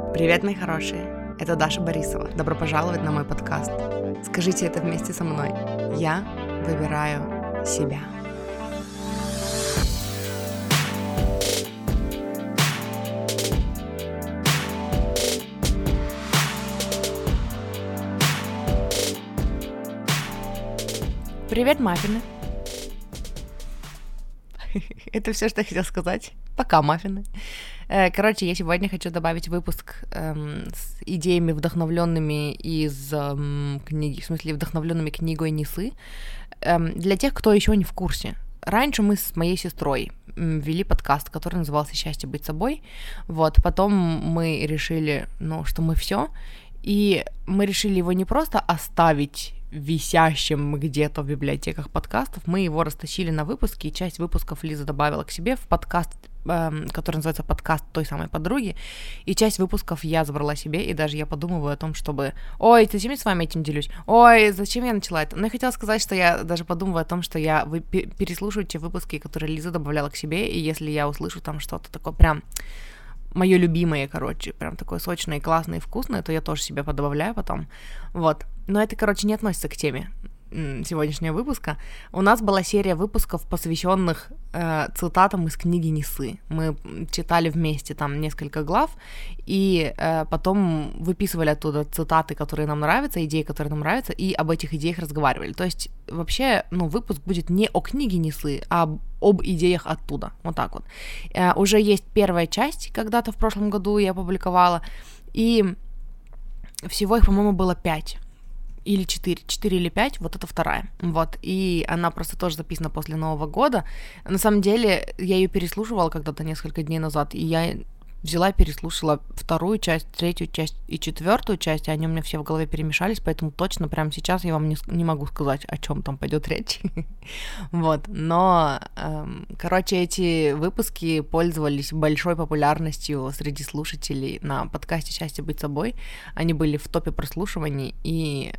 Привет, мои хорошие! Это Даша Борисова. Добро пожаловать на мой подкаст. Скажите это вместе со мной. Я выбираю себя. Привет, маффины! Это все, что я хотела сказать. Пока, маффины. Короче, я сегодня хочу добавить выпуск с идеями, вдохновленными из книги, в смысле, вдохновленными книгой Нисы, для тех, кто еще не в курсе. Раньше мы с моей сестрой вели подкаст, который назывался «Счастье быть собой». Вот, потом мы решили, что мы все, и мы решили его не просто оставить висящим где-то в библиотеках подкастов, мы его растащили на выпуски, и часть выпусков Лиза добавила к себе в подкаст, который называется «Подкаст той самой подруги», и часть выпусков я забрала себе, и даже я подумываю о том, чтобы... Ой, зачем я с вами этим делюсь? Ой, зачем я начала это? Но я хотела сказать, что я даже подумываю о том, что я переслушаю те выпуски, которые Лиза добавляла к себе, и если я услышу там что-то такое прям... моё любимое, прям такое сочное, классное и вкусное, то я тоже себе подобавляю потом, вот. Но это, не относится к теме сегодняшнего выпуска. У нас была серия выпусков, посвященных цитатам из книги Нисы. Мы читали вместе там несколько глав, и потом выписывали оттуда цитаты, которые нам нравятся, идеи, которые нам нравятся, и об этих идеях разговаривали. То есть вообще, выпуск будет не о книге Нисы, а об идеях оттуда. Вот так вот. Уже есть первая часть, когда-то в прошлом году я опубликовала, и всего их, по-моему, было 5. Или 4 или 5, вот это вторая, вот, и она просто тоже записана после Нового года. На самом деле, я ее переслушивала когда-то несколько дней назад, и я взяла и переслушала вторую часть, третью часть и четвертую часть, и они у меня все в голове перемешались, поэтому точно прямо сейчас я вам не могу сказать, о чем там пойдет речь, вот, но, эти выпуски пользовались большой популярностью среди слушателей на подкасте «Счастье быть собой», они были в топе прослушиваний, и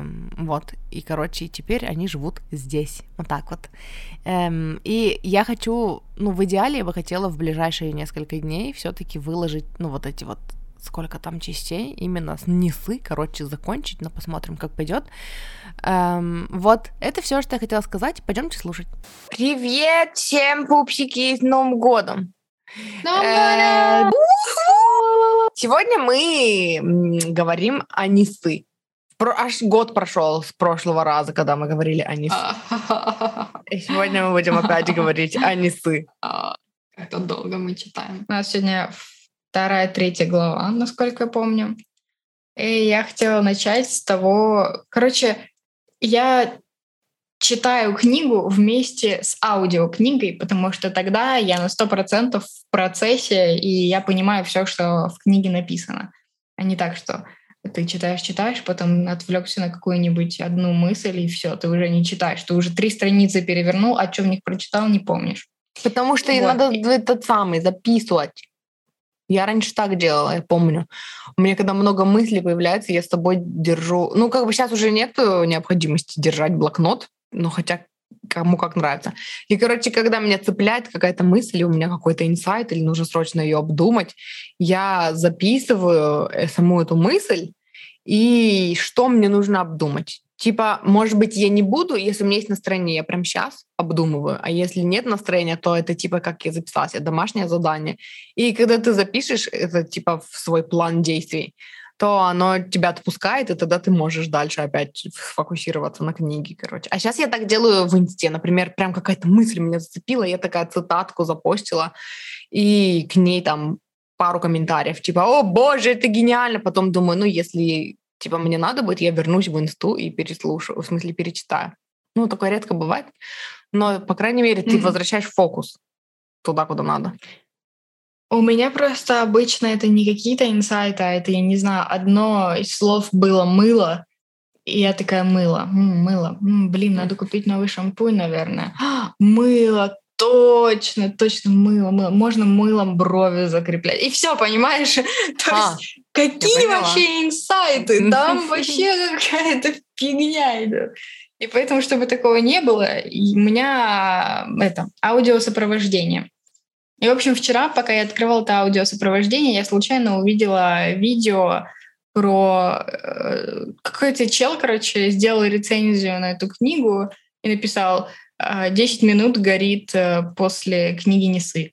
теперь они живут здесь, вот так вот, и я хочу, в идеале я бы хотела в ближайшие несколько дней все-таки выложить, сколько там частей, именно с Нисы, закончить, но посмотрим, как пойдет. Это все, что я хотела сказать. Пойдемте слушать. Привет всем, пупсики, с Новым годом! Сегодня мы говорим о Нисы. Аж год прошел с прошлого раза, когда мы говорили о Нисы. И сегодня мы будем опять говорить о Нисы. Как-то долго мы читаем. У нас сегодня 2-3 глава, насколько я помню. И я хотела начать с того... я читаю книгу вместе с аудиокнигой, потому что тогда я на 100% в процессе, и я понимаю все, что в книге написано. А не так, что ты читаешь, потом отвлекся на какую-нибудь одну мысль, и все, ты уже не читаешь. Ты уже 3 страницы перевернул, о чем в них прочитал, не помнишь. Потому что надо записывать. Я раньше так делала, я помню. У меня когда много мыслей появляется, я с собой держу... сейчас уже нет необходимости держать блокнот, хотя кому как нравится. И, когда меня цепляет какая-то мысль, у меня какой-то инсайт, или нужно срочно ее обдумать, я записываю саму эту мысль, и что мне нужно обдумать. Может быть, я не буду, если у меня есть настроение, я прямо сейчас обдумываю, а если нет настроения, то это как я записала себе домашнее задание. И когда ты запишешь это в свой план действий, то оно тебя отпускает, и тогда ты можешь дальше опять фокусироваться на книге, А сейчас я так делаю в Инсте, например, прям какая-то мысль меня зацепила, я такая цитатку запостила, и к ней там пару комментариев, «О, боже, это гениально!» Потом думаю, если... мне надо будет, я вернусь в Инсту и переслушаю, в смысле перечитаю. Такое редко бывает, но, по крайней мере, ты возвращаешь фокус туда, куда надо. У меня просто обычно это не какие-то инсайты, а это, я не знаю, одно из слов было «мыло», и я такая «мыло». Надо купить новый шампунь, наверное. Мыло, точно, мыло. Можно мылом брови закреплять. И все, понимаешь? То есть какие вообще инсайты? Там вообще какая-то фигня идет. И поэтому, чтобы такого не было, у меня аудиосопровождение. И, в общем, вчера, пока я открывала это аудиосопровождение, я случайно увидела видео про какой-то чел, сделал рецензию на эту книгу и написал 10 минут горит после книги «Несы».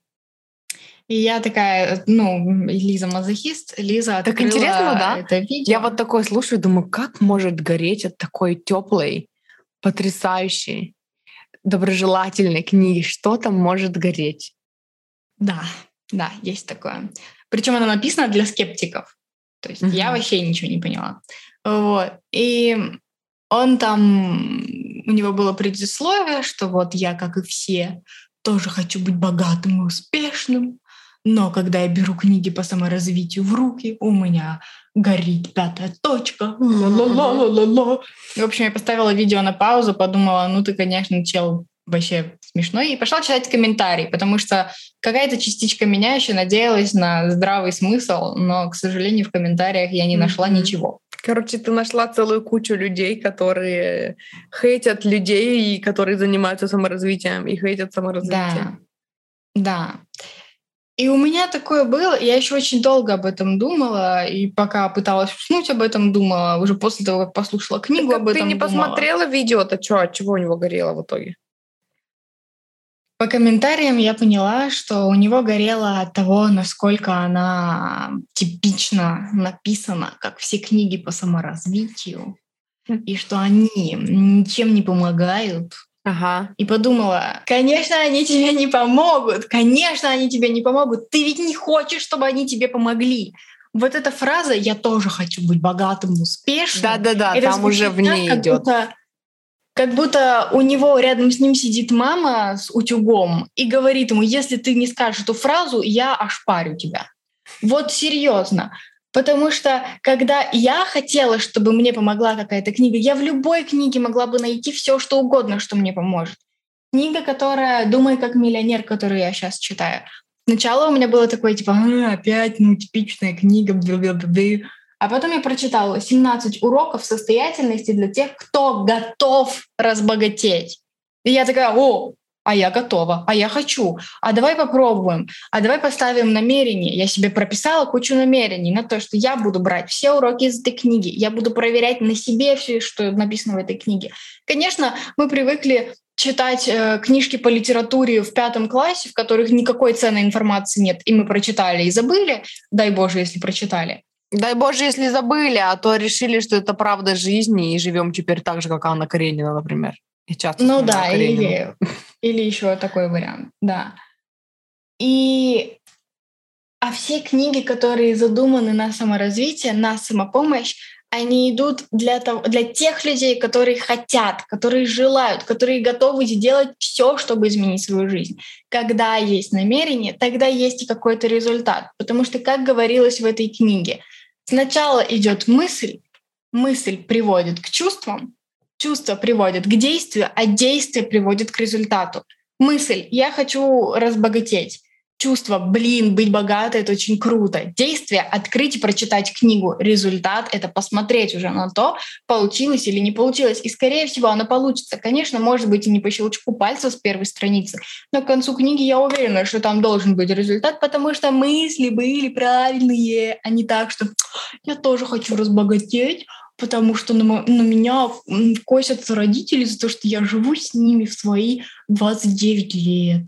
И я такая, Лиза мазохист, Лиза открыла так интересно, да? это видео. Я вот такое слушаю, думаю, как может гореть от такой теплой, потрясающей, доброжелательной книги? Что там может гореть? Да, есть такое. Причем она написана для скептиков. То есть я вообще ничего не поняла. Вот. И он там, у него было предисловие, что вот я, как и все, тоже хочу быть богатым и успешным, но когда я беру книги по саморазвитию в руки, у меня горит 5 точка. Ла-ла-ла-ла-ла-ла. В общем, я поставила видео на паузу, подумала, ты, конечно, чел вообще смешной, и пошла читать комментарии, потому что какая-то частичка меня еще надеялась на здравый смысл, но, к сожалению, в комментариях я не нашла ничего. Короче, ты нашла целую кучу людей, которые хейтят людей, которые занимаются саморазвитием и хейтят саморазвитие. Да. И у меня такое было, я еще очень долго об этом думала, и пока пыталась уснуть, об этом думала, уже после того, как послушала книгу, об этом думала. Ты не посмотрела видео-то, от чего у него горело в итоге? По комментариям я поняла, что у него горело от того, насколько она типично написана, как все книги по саморазвитию, и что они ничем не помогают. Ага. И подумала, конечно, они тебе не помогут, ты ведь не хочешь, чтобы они тебе помогли. Вот эта фраза «я тоже хочу быть богатым, успешным». Да, там уже в ней идет. Как будто у него рядом с ним сидит мама с утюгом и говорит ему, если ты не скажешь эту фразу, я ошпарю тебя. Вот серьезно. Потому что когда я хотела, чтобы мне помогла какая-то книга, я в любой книге могла бы найти все, что угодно, что мне поможет. Книга, которая «Думай как миллионер», которую я сейчас читаю. Сначала у меня было такое, опять, типичная книга, а потом я прочитала 17 уроков состоятельности для тех, кто готов разбогатеть. И я такая, а я готова, а я хочу, а давай попробуем, а давай поставим намерение. Я себе прописала кучу намерений на то, что я буду брать все уроки из этой книги, я буду проверять на себе все, что написано в этой книге. Конечно, мы привыкли читать книжки по литературе в 5 классе, в которых никакой ценной информации нет, и мы прочитали и забыли, дай Боже, если прочитали. Дай Боже, если забыли, а то решили, что это правда жизни, и живем теперь так же, как Анна Каренина, например. И часто или еще такой вариант, да. А все книги, которые задуманы на саморазвитие, на самопомощь, они идут для тех людей, которые хотят, которые желают, которые готовы сделать все, чтобы изменить свою жизнь. Когда есть намерение, тогда есть и какой-то результат. Потому что, как говорилось в этой книге, сначала идет мысль приводит к чувствам, чувство приводит к действию, а действие приводит к результату. Мысль «я хочу разбогатеть». Чувство быть богатой — это очень круто. Действие — открыть и прочитать книгу. Результат — это посмотреть уже на то, получилось или не получилось. И, скорее всего, оно получится. Конечно, может быть, и не по щелчку пальца с первой страницы, но к концу книги я уверена, что там должен быть результат, потому что мысли были правильные, а не так, что «я тоже хочу разбогатеть», потому что на меня косятся родители за то, что я живу с ними в свои 29 лет.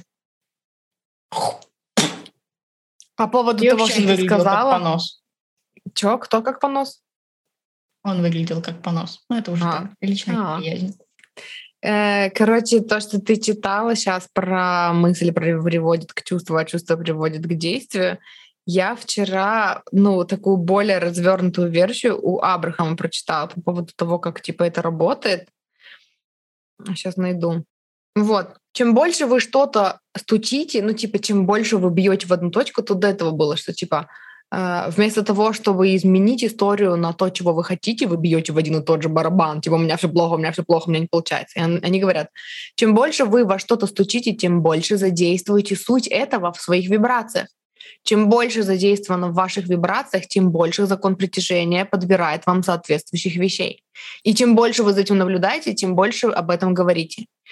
По поводу того, что ты сказала... Как понос. Чё? Кто как понос? Он выглядел как понос. Это уже так, личная неприязнь. Короче, то, что ты читала сейчас про мысли приводит к чувству, а чувство приводит к действию, я вчера, такую более развернутую версию у Абрахама прочитала по поводу того, как, это работает. Сейчас найду. Вот. Чем больше вы что-то стучите, чем больше вы бьете в одну точку, то до этого было, что, вместо того, чтобы изменить историю на то, чего вы хотите, вы бьете в один и тот же барабан. У меня все плохо, у меня не получается. И они говорят, чем больше вы во что-то стучите, тем больше задействуете суть этого в своих вибрациях. Чем больше задействовано в ваших вибрациях, тем больше закон притяжения подбирает вам соответствующих вещей. И чем больше вы за этим наблюдаете, тем больше об этом говорите.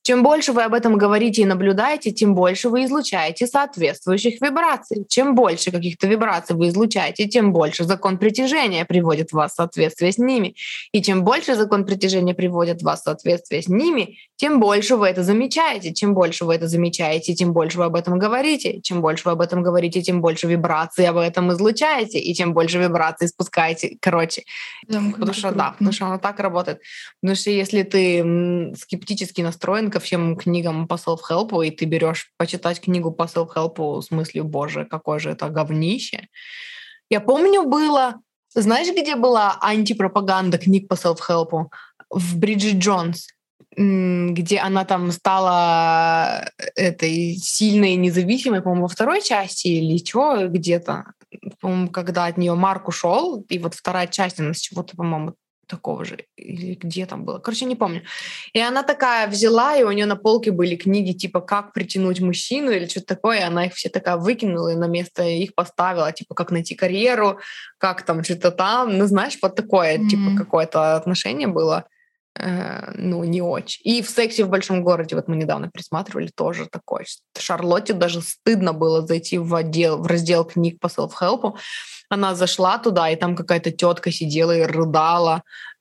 Чем больше вы об этом говорите и наблюдаете, тем больше вы излучаете соответствующих вибраций. Чем больше каких-то вибраций вы излучаете, тем больше закон притяжения приводит вас в соответствие с ними. И чем больше закон притяжения приводит вас в соответствие с ними, тем больше вы это замечаете. Чем больше вы это замечаете, тем больше вы об этом говорите. Чем больше вы об этом говорите, тем больше вибраций об этом излучаете. И чем больше вибраций спускаете. Короче, потому что оно так работает. Потому что если ты скептически настроен ко всем книгам по self-help, и ты берешь почитать книгу по self-help с мыслью, боже, какое же это говнище. Я помню, знаешь, где была антипропаганда книг по self-help? В Бриджит Джонс, где она там стала этой сильной и независимой, по-моему, во второй части или чего, где-то, по-моему, когда от нее Марк ушел, и вот вторая часть, она с чего-то, по-моему, такого же, или где там было, короче, не помню. И она такая взяла, и у нее на полке были книги типа «Как притянуть мужчину» или что-то такое, и она их все такая выкинула и на место их поставила, типа «Как найти карьеру», «Как там что-то там», ну, знаешь, вот такое, типа какое-то отношение было, не очень. И в «Сексе в большом городе», вот мы недавно присматривали, тоже такое. Шарлотте даже стыдно было зайти в раздел книг по self-help. Она зашла туда, и там какая-то тетка сидела и рыдала.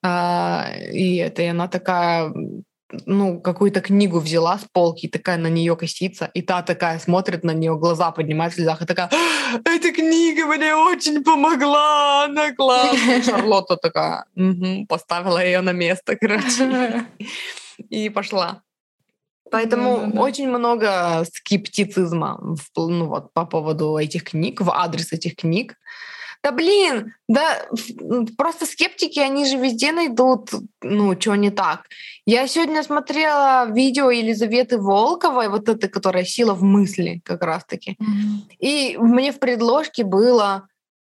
И она такая, какую-то книгу взяла с полки, и такая на нее косится, и та такая смотрит на нее, глаза поднимает в слезах, и такая: «Эта книга мне очень помогла, она классная». Шарлотта такая поставила ее на место, короче, и пошла. Поэтому очень много скептицизма по поводу этих книг, в адрес этих книг. Просто скептики, они же везде найдут, что не так. Я сегодня смотрела видео Елизаветы Волковой, вот этой, которая «Сила в мысли» как раз-таки. И мне в предложке было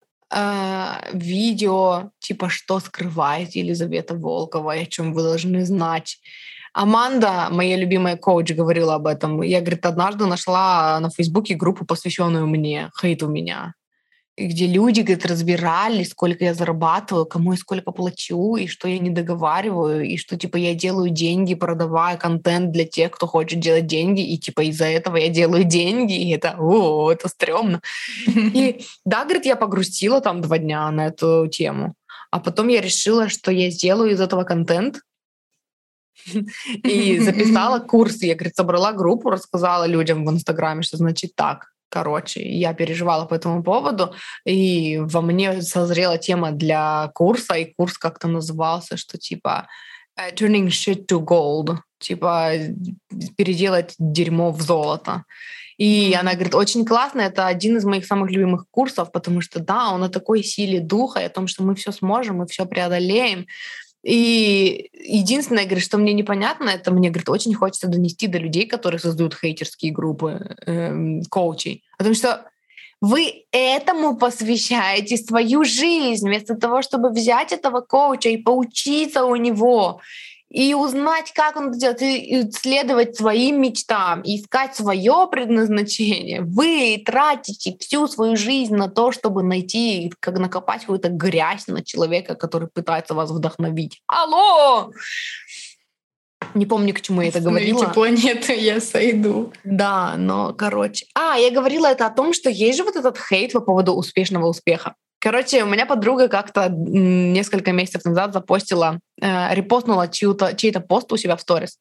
видео, типа «Что скрывает Елизавета Волкова, о чем вы должны знать». Аманда, моя любимая коуч, говорила об этом. Я, говорит, однажды нашла на Фейсбуке группу, посвященную мне, «Хейт у меня», где люди, говорит, разбирали, сколько я зарабатываю, кому я сколько плачу, и что я не договариваю, и что, типа, я делаю деньги, продавая контент для тех, кто хочет делать деньги, и, типа, из-за этого я делаю деньги, и это стрёмно. И да, говорит, я погрустила там 2 дня на эту тему, а потом я решила, что я сделаю из этого контент, и записала курс. Я, говорит, собрала группу, рассказала людям в Инстаграме, что значит так. Короче, я переживала по этому поводу, и во мне созрела тема для курса, и курс как-то назывался, что типа «Turning shit to gold», типа переделать дерьмо в золото. И она говорит, очень классно, это один из моих самых любимых курсов, потому что, да, он о такой силе духа, и о том, что мы все сможем, мы все преодолеем. И единственное, говорит, что мне непонятно, это мне, говорит, очень хочется донести до людей, которые создают хейтерские группы коучей, потому что вы этому посвящаете свою жизнь, вместо того, чтобы взять этого коуча и поучиться у него, и узнать, как он это делает, и следовать своим мечтам, и искать свое предназначение. Вы тратите всю свою жизнь на то, чтобы найти, как накопать какую-то грязь на человека, который пытается вас вдохновить. Алло! Не помню, к чему я это говорила. Остановите планету, я сойду. Да, но, короче... я говорила это о том, что есть же вот этот хейт по поводу успешного успеха. Короче, у меня подруга как-то несколько месяцев назад репостнула чей-то пост у себя в сторис.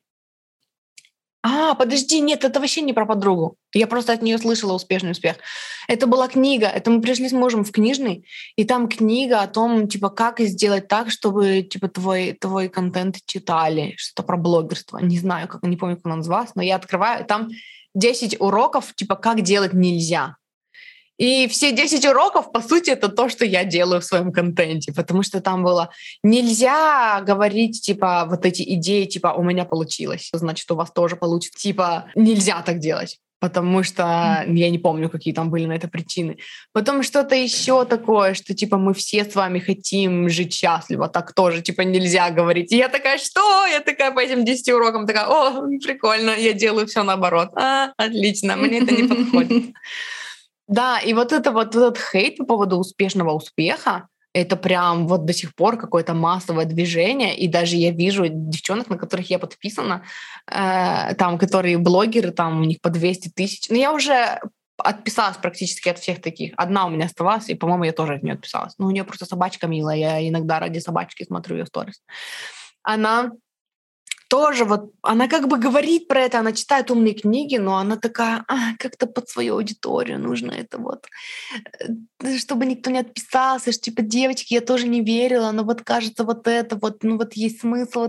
Подожди, нет, это вообще не про подругу. Я просто от нее слышала успешный успех. Это была книга. Это мы пришли с мужем в книжный, и там книга о том, типа, как сделать так, чтобы, типа, твой контент читали. Что-то про блогерство. Не знаю, не помню, как она называлась, но я открываю, и там 10 уроков, типа, как делать нельзя. И все 10 уроков, по сути, это то, что я делаю в своем контенте, потому что там было нельзя говорить, типа, вот эти идеи, типа, у меня получилось, значит, у вас тоже получится. Типа, нельзя так делать, потому что я не помню, какие там были на это причины. Потом что-то еще такое, что, типа, мы все с вами хотим жить счастливо, так тоже, типа, нельзя говорить. И я такая, что? Я такая по этим 10 урокам такая, прикольно, я делаю все наоборот. Отлично, мне это не подходит. Да, и вот этот хейт по поводу успешного успеха, это прям вот до сих пор какое-то массовое движение, и даже я вижу девчонок, на которых я подписана, там, которые блогеры, там у них по 200 тысяч. Но я уже отписалась практически от всех таких. Одна у меня оставалась, и, по-моему, я тоже от нее отписалась. Но у нее просто собачка милая, я иногда ради собачки смотрю ее сторис. Она тоже вот, она как бы говорит про это, она читает умные книги, но она такая, как-то под свою аудиторию нужно это вот, чтобы никто не отписался, что типа, девочки, я тоже не верила, но вот кажется вот это вот, ну вот есть смысл.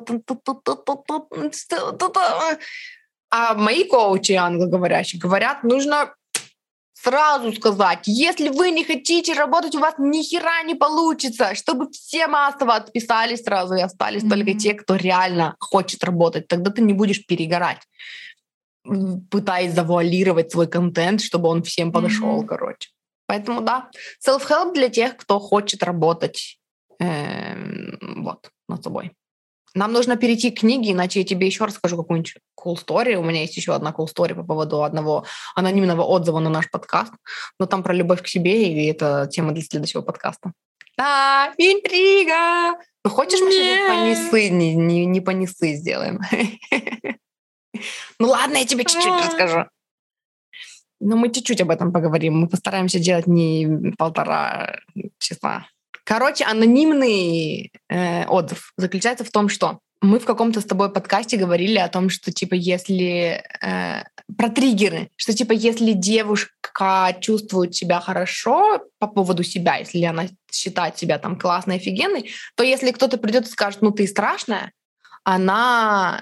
А мои коучи англоговорящие говорят, нужно сразу сказать, если вы не хотите работать, у вас ни хера не получится, чтобы все массово отписались сразу и остались только те, кто реально хочет работать. Тогда ты не будешь перегорать, пытаясь завуалировать свой контент, чтобы он всем подошел, короче. Поэтому да, self-help для тех, кто хочет работать вот, над собой. Нам нужно перейти к книге, иначе я тебе еще расскажу какую-нибудь cool story. У меня есть еще одна cool story по поводу одного анонимного отзыва на наш подкаст. Но там про любовь к себе, и это тема для следующего подкаста. Да, интрига! Ну, хочешь, мы сегодня понесы, не понесы сделаем? Ну ладно, я тебе чуть-чуть расскажу. Но мы чуть-чуть об этом поговорим. Мы постараемся делать не 1,5 часа. Короче, анонимный отзыв заключается в том, что мы в каком-то с тобой подкасте говорили о том, что типа если про триггеры, что типа если девушка чувствует себя хорошо по поводу себя, если она считает себя там классной, офигенной, то если кто-то придет и скажет, ну ты страшная, она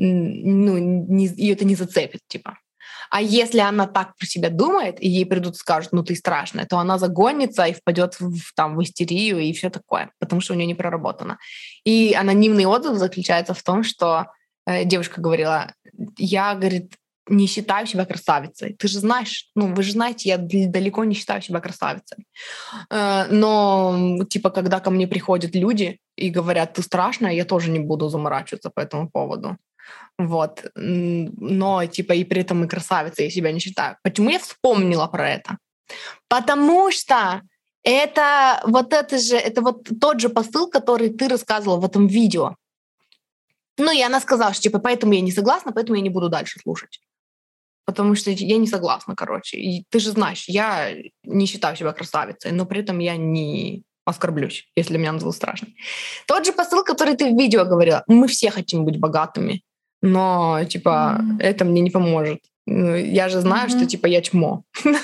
ее это не зацепит, типа. А если она так про себя думает, и ей придут и скажут, ну ты страшная, то она загонится и впадет в истерию и все такое, потому что у нее не проработано. И анонимный отзыв заключается в том, что девушка говорила, я, говорит, не считаю себя красавицей. Ты же знаешь, вы же знаете, я далеко не считаю себя красавицей. Но, типа, когда ко мне приходят люди и говорят, ты страшная, я тоже не буду заморачиваться по этому поводу. Вот. Но, типа, и при этом и красавицей я себя не считаю. Почему я вспомнила про это? Потому что это вот тот же посыл, который ты рассказывала в этом видео. Ну, и она сказала, что, типа, поэтому я не согласна, поэтому я не буду дальше слушать. Потому что я не согласна, короче. И ты же знаешь, я не считаю себя красавицей, но при этом я не оскорблюсь, если меня назовут страшной. Тот же посыл, который ты в видео говорила. Мы все хотим быть богатыми, но, типа, это мне не поможет. Я же знаю, что, типа, я чмо.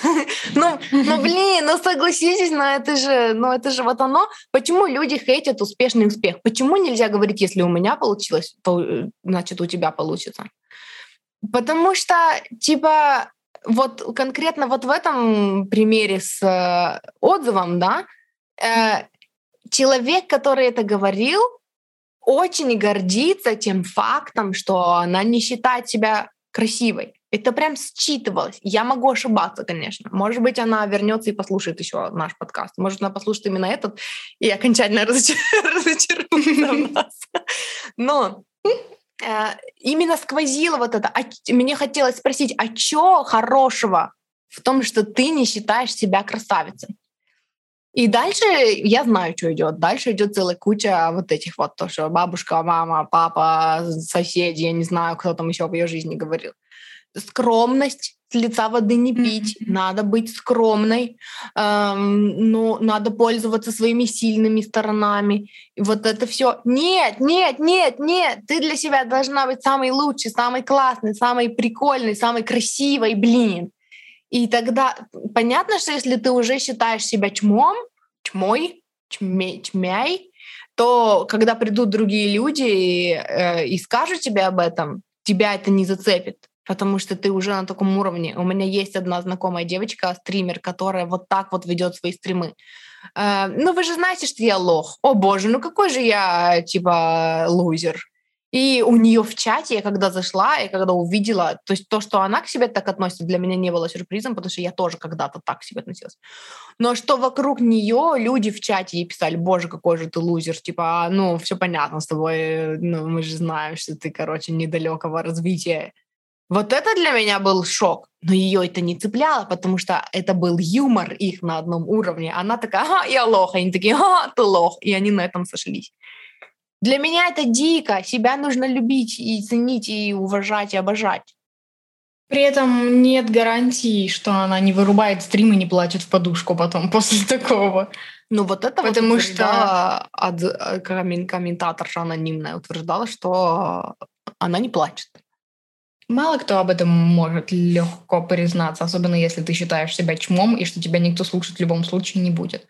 Блин, согласитесь, это же вот оно. Почему люди хейтят успешный успех? Почему нельзя говорить, если у меня получилось, то, значит, у тебя получится? Потому что, типа, вот конкретно вот в этом примере с отзывом, да, человек, который это говорил, очень гордится тем фактом, что она не считает себя красивой. Это прям считывалось. Я могу ошибаться, конечно. Может быть, она вернется и послушает еще наш подкаст. Может, она послушает именно этот и окончательно разочаруется в нас. Но именно сквозило вот это. Мне хотелось спросить, а чё хорошего в том, что ты не считаешь себя красавицей? И дальше я знаю, что идет. Дальше идет целая куча вот этих вот, то, что бабушка, мама, папа, соседи, я не знаю, кто там еще в ее жизни говорил. Скромность, с лица воды не пить, надо быть скромной, но надо пользоваться своими сильными сторонами. И вот это все. Нет, ты для себя должна быть самой лучшей, самой классной, самой прикольной, самой красивой, блин. И тогда понятно, что если ты уже считаешь себя чмяй, то когда придут другие люди и скажут тебе об этом, тебя это не зацепит, потому что ты уже на таком уровне. У меня есть одна знакомая девочка, стример, которая вот так вот ведет свои стримы. Вы же знаете, что я лох. О боже, какой же я, типа, лузер. И у нее в чате, я когда зашла и когда увидела, то есть то, что она к себе так относится, для меня не было сюрпризом, потому что я тоже когда-то так к себе относилась. Но что вокруг нее люди в чате ей писали, боже, какой же ты лузер, типа, все понятно с тобой, мы же знаем, что ты, короче, недалекого развития. Вот это для меня был шок. Но ее это не цепляло, потому что это был юмор их на одном уровне. Она такая: ага, я лох. Они такие: ага, ты лох. И они на этом сошлись. Для меня это дико. Себя нужно любить и ценить, и уважать, и обожать. При этом нет гарантии, что она не вырубает стрим и не плачет в подушку потом после такого. Ну вот это Потому вот что утверждала комментаторша анонимная, утверждала, что она не плачет. мало кто об этом может легко признаться, особенно если ты считаешь себя чмом и что тебя никто слушать в любом случае не будет.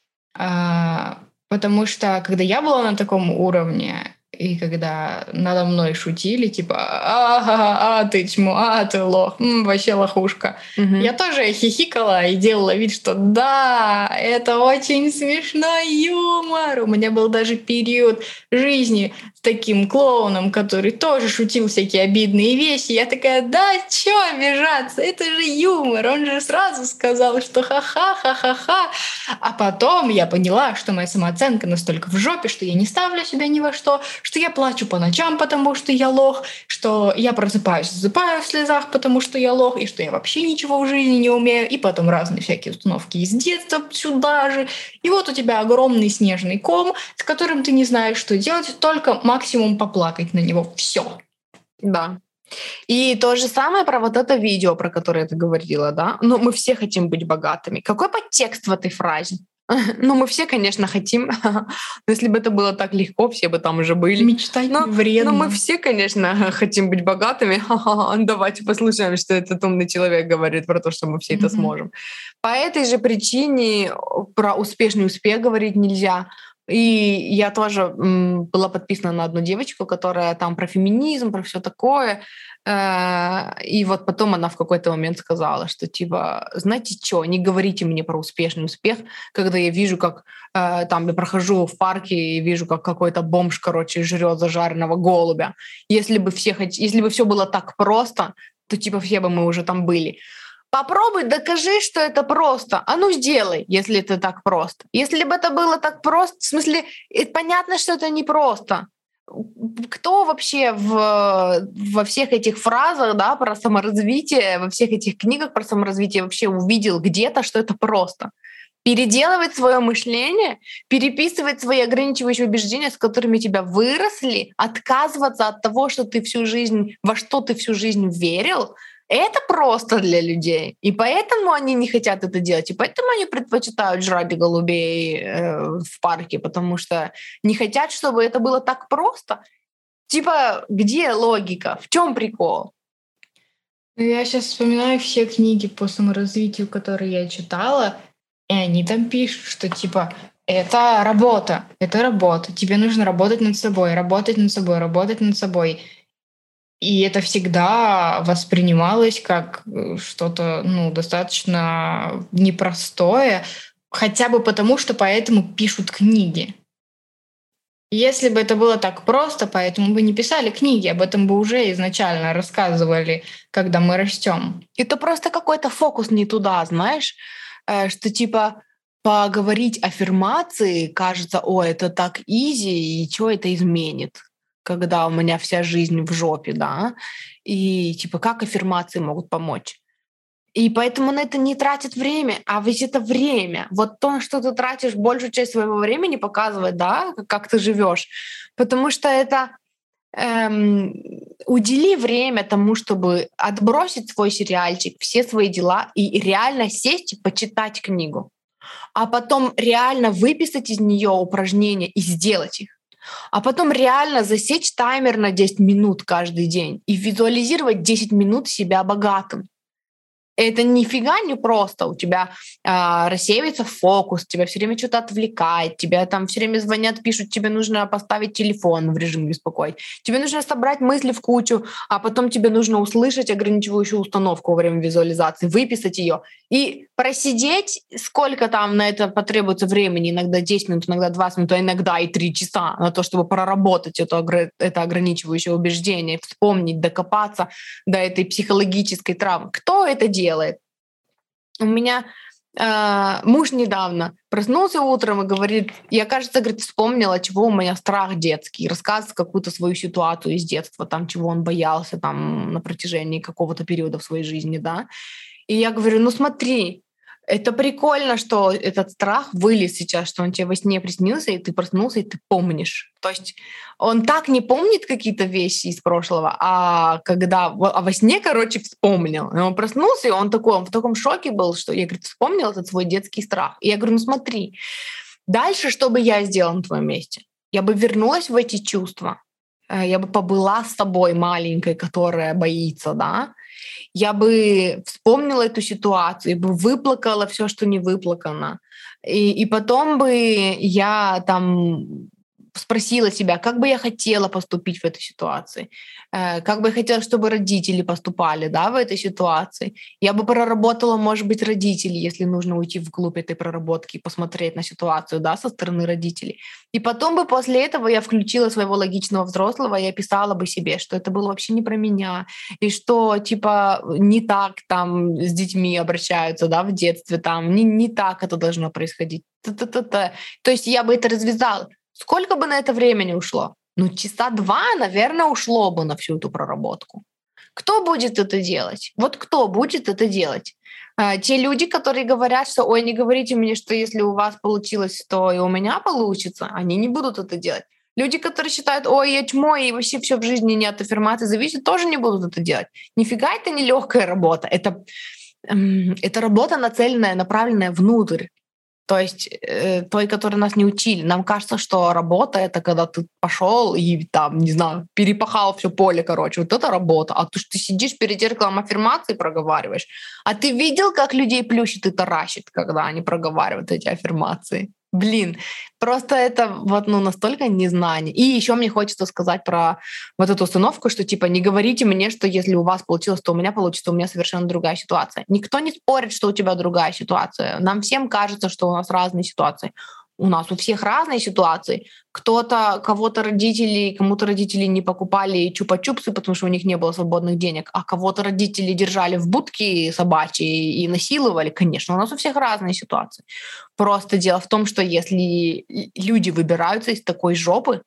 Потому что когда я была на таком уровне, и когда надо мной шутили, типа, ты чмо, ты лох, вообще лохушка. Я тоже хихикала и делала вид, что да, это очень смешной юмор. У меня был даже период жизни с таким клоуном, который тоже шутил всякие обидные вещи. Я такая: да, чё обижаться, это же юмор. Он же сразу сказал, что ха-ха-ха-ха-ха. А потом я поняла, что моя самооценка настолько в жопе, что я не ставлю себя ни во что я плачу по ночам, потому что я лох, что я просыпаюсь, засыпаю в слезах, потому что я лох, и что я вообще ничего в жизни не умею, и потом разные всякие установки из детства сюда же. И вот у тебя огромный снежный ком, с которым ты не знаешь, что делать, только максимум поплакать на него. Все. Да. И то же самое про вот это видео, про которое ты говорила, да? Ну, мы все хотим быть богатыми. Какой подтекст в этой фразе? Ну, мы все, конечно, хотим. Но если бы это было так легко, все бы там уже были. Мечтать вредно. Но мы все, конечно, хотим быть богатыми. Давайте послушаем, что этот умный человек говорит про то, что мы все это сможем. По этой же причине про успешный успех говорить нельзя. И я тоже была подписана на одну девочку, которая там про феминизм, про все такое. И вот потом она в какой-то момент сказала, что типа, знаете что, не говорите мне про успешный успех, когда я вижу, как там я прохожу в парке и вижу, как какой-то бомж, короче, жрет зажаренного голубя. Если бы все было так просто, то типа все бы мы уже там были. Попробуй, докажи, что это просто. А ну сделай, если это так просто. Если бы это было так просто, в смысле, понятно, что это не просто. Кто вообще во всех этих фразах, да, про саморазвитие, во всех этих книгах про саморазвитие вообще увидел где-то, что это просто? Переделывать свое мышление, переписывать свои ограничивающие убеждения, с которыми тебя выросли, отказываться от того, что ты всю жизнь, во что ты всю жизнь верил, это просто для людей. И поэтому они не хотят это делать. И поэтому они предпочитают жрать голубей в парке, потому что не хотят, чтобы это было так просто. Типа, где логика? В чем прикол? Я сейчас вспоминаю все книги по саморазвитию, которые я читала, и они там пишут, что типа это работа. Тебе нужно работать над собой, работать над собой, работать над собой. И это всегда воспринималось как что-то достаточно непростое, хотя бы потому, что поэтому пишут книги. Если бы это было так просто, поэтому бы не писали книги, об этом бы уже изначально рассказывали, когда мы растем. Это просто какой-то фокус не туда, знаешь, что типа поговорить аффирмации кажется, это так изи, и что это изменит, когда у меня вся жизнь в жопе, да, и типа как аффирмации могут помочь. И поэтому на это не тратят время, а ведь это время. Вот то, что ты тратишь большую часть своего времени, показывает, да, как ты живешь, потому что это удели время тому, чтобы отбросить свой сериальчик, все свои дела и реально сесть и почитать книгу, а потом реально выписать из нее упражнения и сделать их. А потом реально засечь таймер на 10 минут каждый день и визуализировать 10 минут себя богатым. Это нифига не просто. У тебя рассеивается фокус, тебя все время что-то отвлекает, тебя там все время звонят, пишут, тебе нужно поставить телефон в режим беспокоить, тебе нужно собрать мысли в кучу, а потом тебе нужно услышать ограничивающую установку во время визуализации, выписать ее и просидеть, сколько там на это потребуется времени, иногда 10 минут, иногда 20 минут, а иногда и 3 часа на то, чтобы проработать это ограничивающее убеждение, вспомнить, докопаться до этой психологической травмы. Кто это делает? У меня Муж недавно проснулся утром и говорит, я, кажется, говорит, вспомнила, чего у меня страх детский, рассказывает какую-то свою ситуацию из детства, там, чего он боялся там на протяжении какого-то периода в своей жизни, да. И я говорю, ну смотри, это прикольно, что этот страх вылез сейчас, что он тебе во сне приснился, и ты проснулся, и ты помнишь. То есть он так не помнит какие-то вещи из прошлого, а во сне, короче, вспомнил. И он проснулся, и он в таком шоке был, что я, говорит, вспомнил этот свой детский страх. И я говорю, ну смотри, дальше что бы я сделала на твоем месте? Я бы вернулась в эти чувства, я бы побыла с тобой маленькой, которая боится, да, я бы вспомнила эту ситуацию, и бы выплакала все, что не выплакано. И потом бы я там спросила себя, как бы я хотела поступить в этой ситуации, как бы я хотела, чтобы родители поступали, да, в этой ситуации. Я бы проработала, может быть, родителей, если нужно уйти вглубь этой проработки и посмотреть на ситуацию, да, со стороны родителей. И потом бы после этого я включила своего логичного взрослого и описала бы себе, что это было вообще не про меня, и что, типа, не так там с детьми обращаются, да, в детстве, там, не так это должно происходить. Та-та-та-та. То есть я бы это развязала. Сколько бы на это времени ушло? Ну, часа 2, наверное, ушло бы на всю эту проработку. Кто будет это делать? Вот кто будет это делать? Те люди, которые говорят, что «Ой, не говорите мне, что если у вас получилось, то и у меня получится», они не будут это делать. Люди, которые считают «Ой, я чмо, и вообще все в жизни не от аффирмации зависит», тоже не будут это делать. Нифига это не легкая работа. Это работа нацеленная, направленная внутрь. То есть той, которой нас не учили. Нам кажется, что работа — это когда ты пошел и там, не знаю, перепахал все поле, короче. Вот это работа. А ты сидишь перед зеркалом аффирмации проговариваешь. А ты видел, как людей плющит и таращит, когда они проговаривают эти аффирмации? Блин, просто это вот настолько незнание. И еще мне хочется сказать про вот эту установку, что типа не говорите мне, что если у вас получилось, то у меня получится, у меня совершенно другая ситуация. Никто не спорит, что у тебя другая ситуация. Нам всем кажется, что у нас разные ситуации. У нас у всех разные ситуации. Кому-то родители не покупали чупа-чупсы, потому что у них не было свободных денег, а кого-то родители держали в будке собачьей и насиловали. Конечно, у нас у всех разные ситуации. Просто дело в том, что если люди выбираются из такой жопы,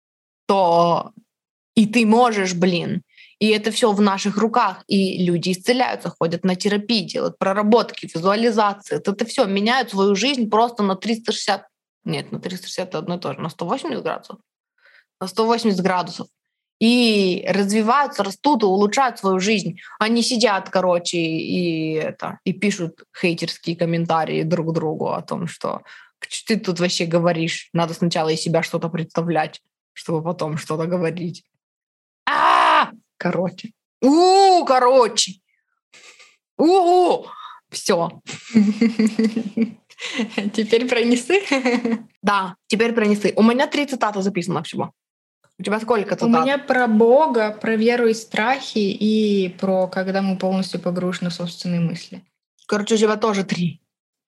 то и ты можешь, и это все в наших руках. И люди исцеляются, ходят на терапии, делают проработки, визуализации. Это все меняют свою жизнь просто на 360. Нет, на 360 это одно и то же, на 180 градусов. На 180 градусов. И развиваются, растут и улучшают свою жизнь. Они сидят, короче, и пишут хейтерские комментарии друг другу о том, что ты тут вообще говоришь, надо сначала из себя что-то представлять, чтобы потом что-то говорить. Короче. Все. Теперь пронесы? Да, теперь пронесы. У меня 3 цитаты записано всего. У тебя сколько цитат? У меня про Бога, про веру и страхи и про когда мы полностью погружены в собственные мысли. Короче, у тебя тоже 3.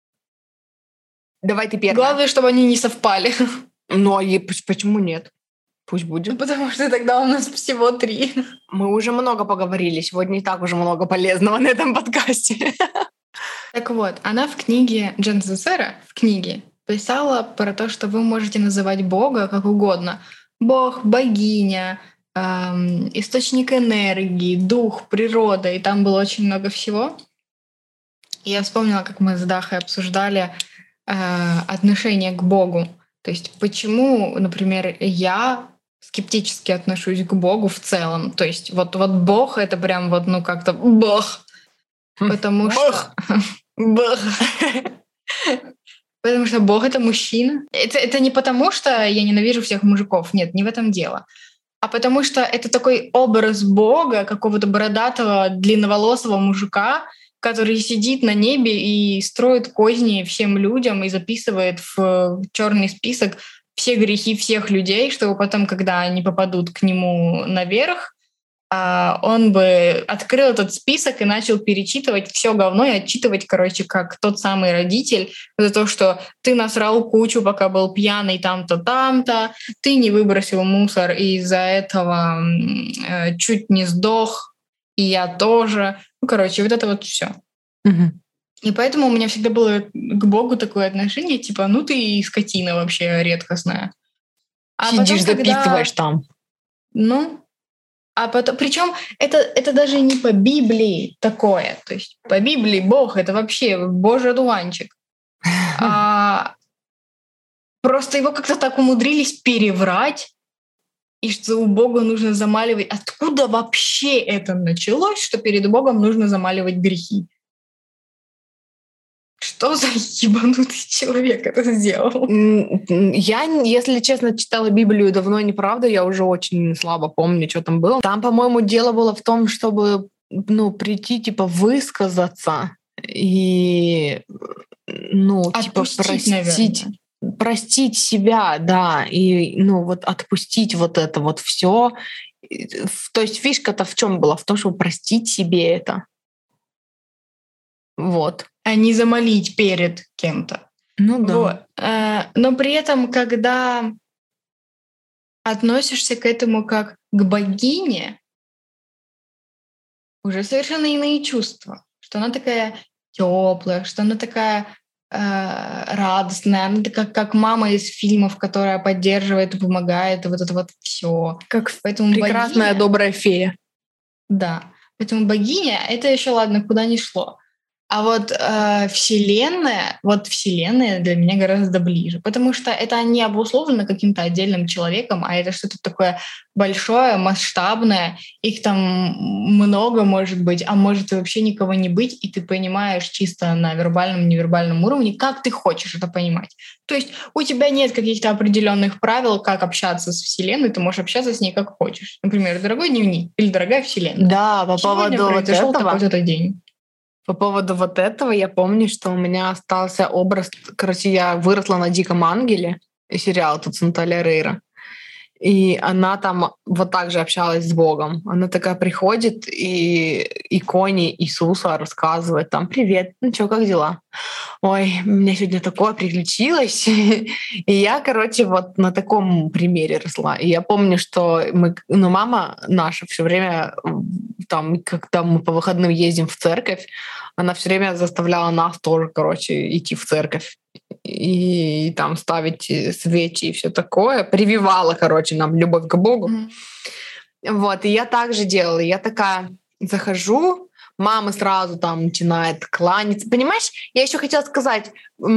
Давай ты первая. Главное, чтобы они не совпали. Ну, почему нет? Пусть будет. Потому что тогда у нас всего 3. Мы уже много поговорили. Сегодня и так уже много полезного на этом подкасте. Так вот, она в книге Джен Сисера писала про то, что вы можете называть Бога как угодно. Бог, богиня, источник энергии, дух, природа. И там было очень много всего. И я вспомнила, как мы с Дахой обсуждали отношение к Богу. То есть почему, например, я скептически отношусь к Богу в целом. То есть вот Бог — это прям как-то Бог. Потому что... Бог. Потому что Бог — это мужчина. Это не потому, что я ненавижу всех мужиков. Нет, не в этом дело. А потому что это такой образ Бога, какого-то бородатого, длинноволосого мужика, который сидит на небе и строит козни всем людям и записывает в черный список все грехи всех людей, чтобы потом, когда они попадут к нему наверх, он бы открыл этот список и начал перечитывать все говно и отчитывать, как тот самый родитель за то, что ты насрал кучу, пока был пьяный там-то, там-то, ты не выбросил мусор и из-за этого чуть не сдох, и я тоже. Вот это все. Угу. И поэтому у меня всегда было к Богу такое отношение, типа, ну ты скотина вообще редкостная. А Сидишь, потом, записываешь когда... там. Ну, а потом... Причем это даже не по Библии такое. То есть по Библии Бог — это вообще Божий одуванчик. А просто его как-то так умудрились переврать, и что у Бога нужно замаливать. Откуда вообще это началось, что перед Богом нужно замаливать грехи? Что за ебанутый человек это сделал? Я, если честно, читала Библию давно, неправда, я уже очень слабо помню, что там было. Там, по-моему, дело было в том, чтобы, прийти, типа, высказаться и, типа, Отпустить, наверное. простить себя, да, и, вот отпустить вот это вот все. То есть фишка-то в чем была? В том, чтобы простить себе это. Вот. А не замолить перед кем-то. Ну да. Вот. Но при этом, когда относишься к этому как к богине, уже совершенно иные чувства. Что она такая теплая, что она такая радостная, она такая, как мама из фильмов, которая поддерживает и помогает, и вот это вот все. Как поэтому прекрасная, богиня, добрая фея. Да. Поэтому богиня — это еще ладно, куда ни шло. А вот Вселенная для меня гораздо ближе, потому что это не обусловлено каким-то отдельным человеком, а это что-то такое большое, масштабное, их там много может быть, а может и вообще никого не быть, и ты понимаешь чисто на вербальном, невербальном уровне, как ты хочешь это понимать. То есть у тебя нет каких-то определенных правил, как общаться с Вселенной, ты можешь общаться с ней как хочешь. Например, дорогой дневник или дорогая Вселенная. Да, по Сегодня поводу произошел вот этого, такой-то день. По поводу вот этого я помню, что у меня остался образ... Короче, я выросла на «Диком ангеле», сериал тут с Натальей Рейра. И она там вот так же общалась с Богом. Она такая приходит и иконе Иисуса рассказывает там: «Привет, ну чё, как дела? Ой, у меня сегодня такое приключилось». И я, короче, вот на таком примере росла. И я помню, что мама наша все время, там, когда мы по выходным ездим в церковь, она все время заставляла нас тоже, короче, идти в церковь и там ставить свечи и все такое. Прививала, короче, нам любовь к Богу. Вот, и я так же делала. Я такая захожу, мама сразу там начинает кланяться. Понимаешь, я еще хотела сказать,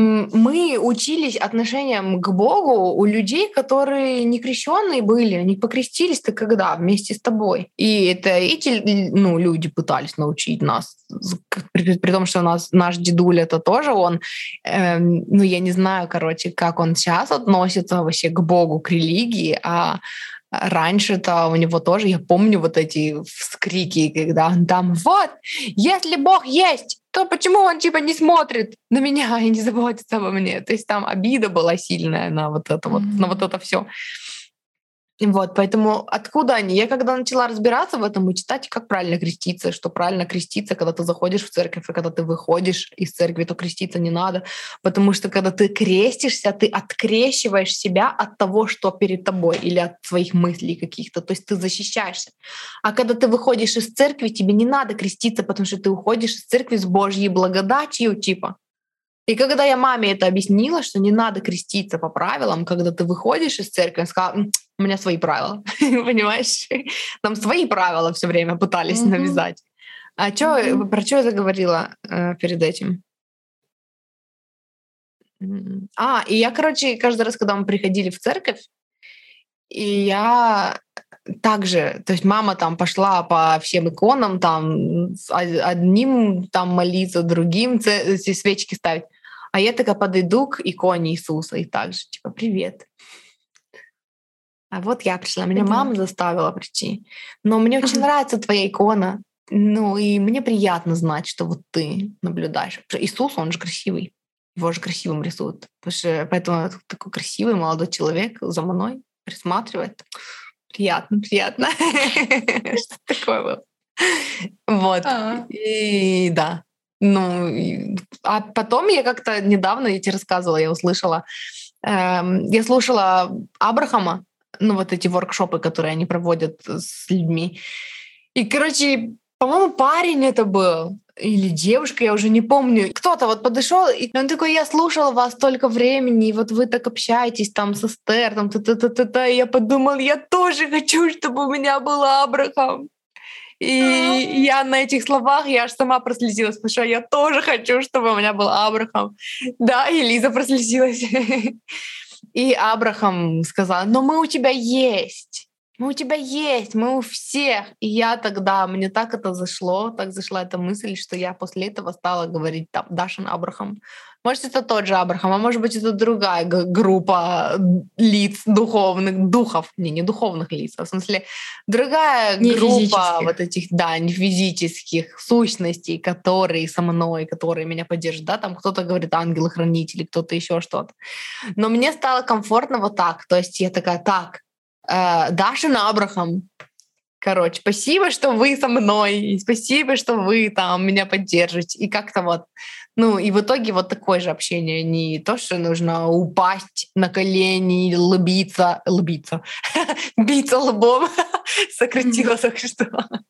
мы учились отношениям к Богу у людей, которые не крещенные были, они покрестились-то когда? Вместе с тобой. И это эти люди пытались научить нас. При том, что наш дедуля, это тоже он, я не знаю, короче, как он сейчас относится вообще к Богу, к религии, а раньше-то у него тоже, я помню вот эти вскрики, когда он там: «Вот, если Бог есть, то почему он типа не смотрит на меня и не заботится обо мне?» То есть там обида была сильная на вот это вот, на вот это все. Вот, поэтому откуда они? Я когда начала разбираться в этом и читать, как правильно креститься, что правильно креститься, когда ты заходишь в церковь, и когда ты выходишь из церкви, то креститься не надо. Потому что когда ты крестишься, ты открещиваешь себя от того, что перед тобой, или от своих мыслей каких-то. То есть ты защищаешься. А когда ты выходишь из церкви, тебе не надо креститься, потому что ты уходишь из церкви с Божьей благодатью, типа. И когда я маме это объяснила, что не надо креститься по правилам, когда ты выходишь из церкви, она сказала: «У меня свои правила». Понимаешь? Нам свои правила все время пытались навязать. А про что я заговорила перед этим? И я, короче, каждый раз, когда мы приходили в церковь, и я также, то есть мама там пошла по всем иконам, там одним там молиться, другим эти свечки ставить. А я такая подойду к иконе Иисуса и так же, типа: «Привет. А вот я пришла, меня мама заставила прийти. Но мне очень нравится твоя икона. И мне приятно знать, что вот ты наблюдаешь». Иисус, он же красивый. Его же красивым рисуют. Поэтому такой красивый молодой человек за мной присматривает. Приятно. Что такое было. Вот. И да. А потом я как-то недавно, я тебе рассказывала, я услышала, я слушала Абрахама, вот эти воркшопы, которые они проводят с людьми. И, короче, по-моему, парень это был. или девушка, я уже не помню. Кто-то вот подошел, и он такой: я слушал вас столько времени, и вот вы так общаетесь там с Эстер, там та-та-та-та-та. И я подумал, я тоже хочу, чтобы у меня был Абрахам. И я на этих словах, я аж сама прослезилась, потому что я тоже хочу, чтобы у меня был Абрахам. Да, и Лиза прослезилась. И Абрахам сказал: но мы у тебя есть. Мы у тебя есть, мы у всех. И я тогда, мне так это зашло, так зашла эта мысль, что я после этого стала говорить там Дашин Абрахам. Может, это тот же Абрахам, а может быть, это другая группа лиц духовных, духов, не духовных лиц, а в смысле другая Не группа физических. вот этих, да, не физических сущностей, которые со мной, которые меня поддержат, да, там кто-то говорит ангелы-хранители, кто-то еще что-то. Но мне стало комфортно вот так, то есть я такая: так, Дашин Абрахам, короче, спасибо, что вы со мной, и спасибо, что вы там меня поддержите. И как-то вот, ну, и в итоге вот такое же общение. Не то, что нужно упасть на колени, биться лбом, сократила только что,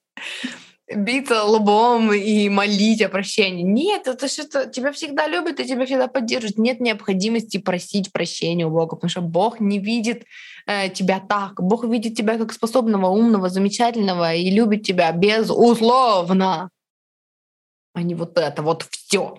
биться лбом и молить о прощении. Нет, это что-то тебя всегда любят и тебя всегда поддерживают. Нет необходимости просить прощения у Бога, потому что Бог не видит тебя так. Бог видит тебя как способного, умного, замечательного и любит тебя безусловно, а не вот это вот все.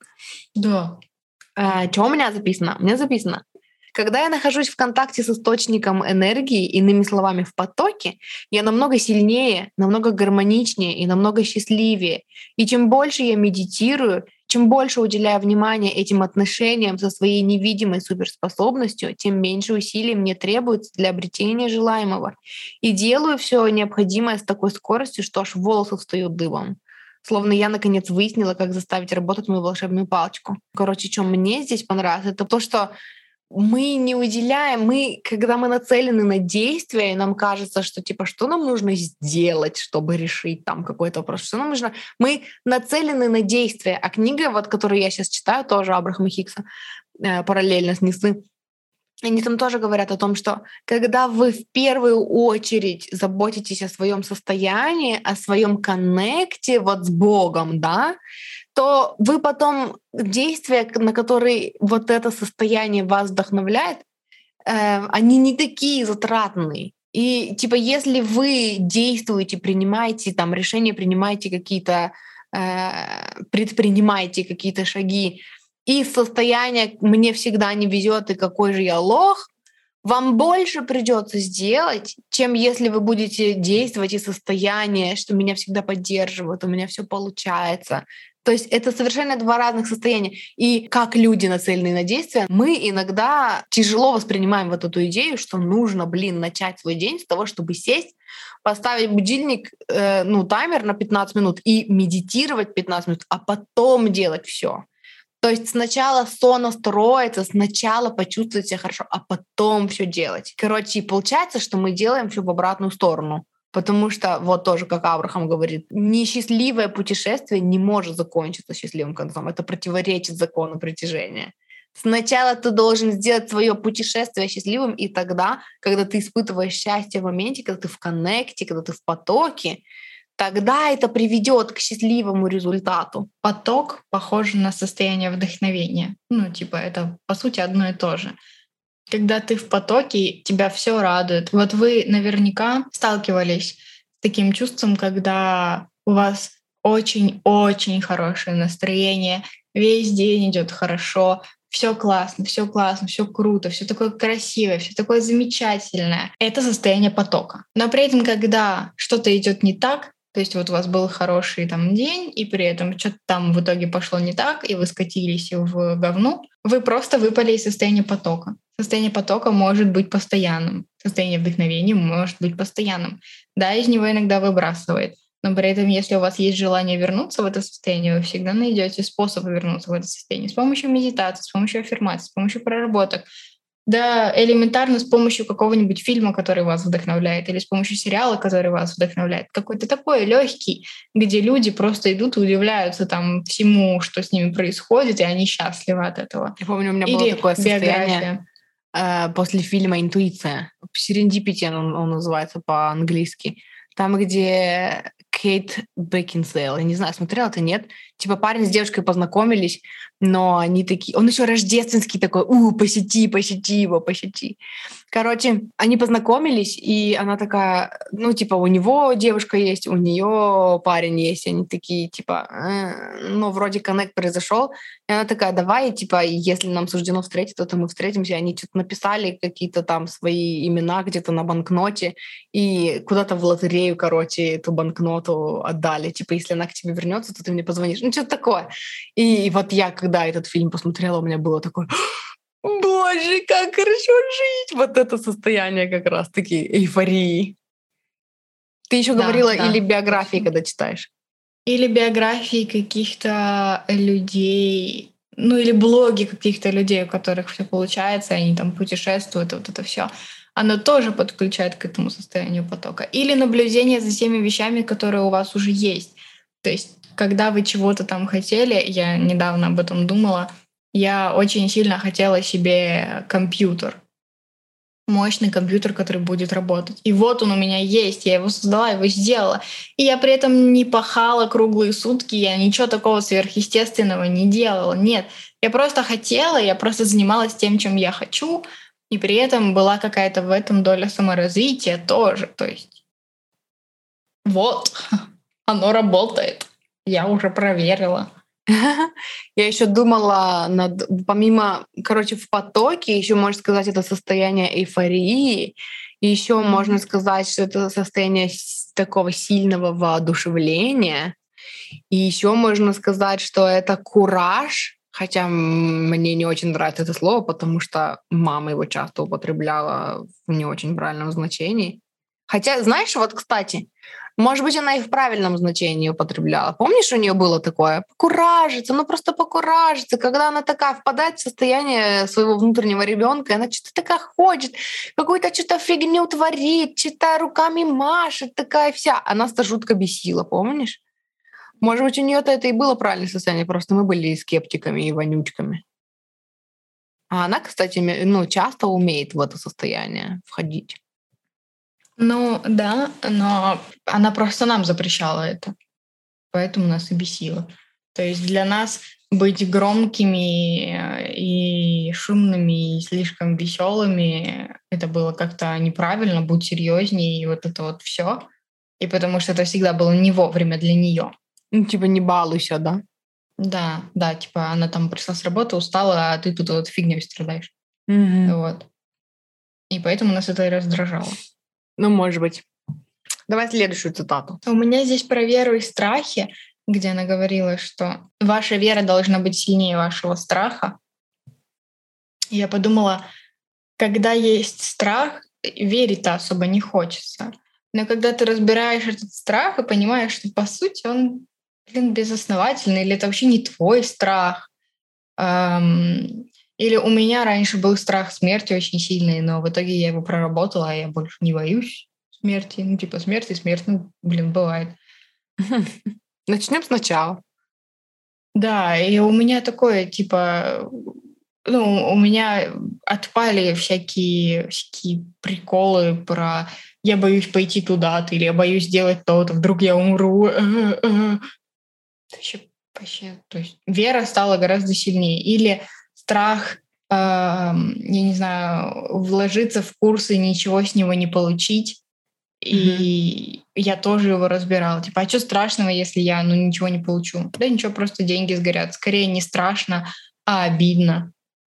Да. Что у меня записано? У меня записано: когда я нахожусь в контакте с источником энергии, иными словами, в потоке, я намного сильнее, намного гармоничнее и намного счастливее. И чем больше я медитирую, чем больше уделяю внимания этим отношениям со своей невидимой суперспособностью, тем меньше усилий мне требуется для обретения желаемого. И делаю все необходимое с такой скоростью, что аж волосы встают дыбом. Словно я наконец выяснила, как заставить работать мою волшебную палочку. Короче, что мне здесь понравилось, это то, что мы не уделяем, когда мы нацелены на действие, и нам кажется, что типа, что нам нужно сделать, чтобы решить там какой-то вопрос, что нам нужно, мы нацелены на действие. А книга, вот, которую я сейчас читаю, тоже Абрахама Хикса, параллельно с «Несы», они там тоже говорят о том, что когда вы в первую очередь заботитесь о своем состоянии, о своем коннекте вот с Богом, да, то вы потом действия, на которые вот это состояние вас вдохновляет, они не такие затратные. И типа, если вы действуете, принимаете там решения, принимаете какие-то, предпринимаете какие-то шаги, и состояние «мне всегда не везет, и какой же я лох», вам больше придется сделать, чем если вы будете действовать из состояния, что меня всегда поддерживают, у меня все получается. То есть это совершенно два разных состояния. И как люди, нацеленные на действия, мы иногда тяжело воспринимаем вот эту идею, что нужно, начать свой день с того, чтобы сесть, поставить будильник, таймер на 15 минут и медитировать 15 минут, а потом делать все. То есть сначала сонастроиться, сначала почувствовать себя хорошо, а потом все делать. Короче, получается, что мы делаем все в обратную сторону. Потому что, вот тоже, как Абрахам говорит, несчастливое путешествие не может закончиться счастливым концом. Это противоречит закону притяжения. Сначала ты должен сделать свое путешествие счастливым, и тогда, когда ты испытываешь счастье в моменте, когда ты в коннекте, когда ты в потоке, тогда это приведет к счастливому результату. Поток похож на состояние вдохновения. Это, по сути, одно и то же. Когда ты в потоке, тебя все радует. Вот вы наверняка сталкивались с таким чувством, когда у вас очень-очень хорошее настроение, весь день идет хорошо, все классно, все круто, все такое красивое, все такое замечательное. Это состояние потока. Но при этом, когда что-то идет не так, то есть вот у вас был хороший день, и при этом что-то там в итоге пошло не так, и вы скатились в говно, вы просто выпали из состояния потока. Состояние потока может быть постоянным. Состояние вдохновения может быть постоянным. Да, из него иногда выбрасывает. Но при этом, если у вас есть желание вернуться в это состояние, вы всегда найдете способ вернуться в это состояние с помощью медитации, с помощью аффирмации, с помощью проработок. Да, элементарно с помощью какого-нибудь фильма, который вас вдохновляет, или с помощью сериала, который вас вдохновляет. Какой-то такой легкий, где люди просто идут и удивляются всему, что с ними происходит, и они счастливы от этого. Я помню, у меня было такое состояние после фильма «Интуиция». «Серендипити» он называется по-английски. Там, где Кейт Бекинсейл. Я не знаю, смотрела ты, нет? Типа парень с девушкой познакомились, но они такие... Он еще рождественский такой, посети его, посети. Короче, они познакомились, и она такая, ну, типа, у него девушка есть, у нее парень есть. Они такие, типа, ну, вроде коннект произошел. И она такая, давай, типа, если нам суждено встретиться, то мы встретимся. Они что-то написали, какие-то там свои имена где-то на банкноте, и куда-то в лотерею, короче, эту банкноту отдали. Типа, если она к тебе вернется, то ты мне позвонишь. Ну, что-то такое. И вот я, когда этот фильм посмотрела, у меня было такое... Боже, как хорошо жить! Вот это состояние как раз-таки эйфории. Ты еще говорила, или биографии, когда читаешь? Или биографии каких-то людей, ну или блоги каких-то людей, у которых все получается, они там путешествуют, вот это все. Оно тоже подключает к этому состоянию потока. Или наблюдение за теми вещами, которые у вас уже есть. То есть, когда вы чего-то там хотели, я недавно об этом думала, я очень сильно хотела себе компьютер. Мощный компьютер, который будет работать. И вот он у меня есть, я его создала, его сделала. И я при этом не пахала круглые сутки, я ничего такого сверхъестественного не делала. Нет, я просто хотела, я просто занималась тем, чем я хочу, и при этом была какая-то в этом доля саморазвития тоже. То есть вот, оно работает. Я уже проверила. Я еще думала помимо, короче, в потоке, еще можно сказать, это состояние эйфории, и еще можно сказать, что это состояние такого сильного воодушевления, и еще можно сказать, что это кураж, хотя мне не очень нравится это слово, потому что мама его часто употребляла в не очень правильном значении. Хотя, знаешь, вот, кстати, может быть, она и в правильном значении употребляла. Помнишь, у нее было такое? Покуражиться, ну просто покуражиться. Когда она такая впадает в состояние своего внутреннего ребенка, она что-то такая хочет, какую-то что-то фигню творит, что-то руками машет, такая вся. А нас-то жутко бесило, помнишь? Может быть, у нее-то это и было правильное состояние, просто мы были скептиками и вонючками. А она, кстати, ну, часто умеет в это состояние входить. Ну да, но она просто нам запрещала это, поэтому нас и бесило. То есть для нас быть громкими и шумными и слишком веселыми это было как-то неправильно, будь серьезнее и вот это вот все. И потому что это всегда было не вовремя для нее. Ну, типа, не балуйся, да? Да, типа она там пришла с работы, устала, а ты тут вот фигней страдаешь. Угу. Вот. И поэтому нас это и раздражало. Ну, может быть. Давай следующую цитату. У меня здесь про веру и страхи, где она говорила, что ваша вера должна быть сильнее вашего страха. И я подумала, когда есть страх, верить-то особо не хочется. Но когда ты разбираешь этот страх и понимаешь, что по сути он, безосновательный, или это вообще не твой страх. Или у меня раньше был страх смерти очень сильный, но в итоге я его проработала, а я больше не боюсь смерти. Ну, типа смерть, ну, бывает. Начнем сначала. Да, и у меня такое, типа, ну, у меня отпали всякие приколы про «я боюсь пойти туда-то» или «я боюсь сделать то-то, вдруг я умру». Вообще, то есть вера стала гораздо сильнее. Или страх, я не знаю, вложиться в курс и ничего с него не получить. И я тоже его разбирала. Типа, а что страшного, если я ничего не получу? Да ничего, просто деньги сгорят. Скорее не страшно, а обидно.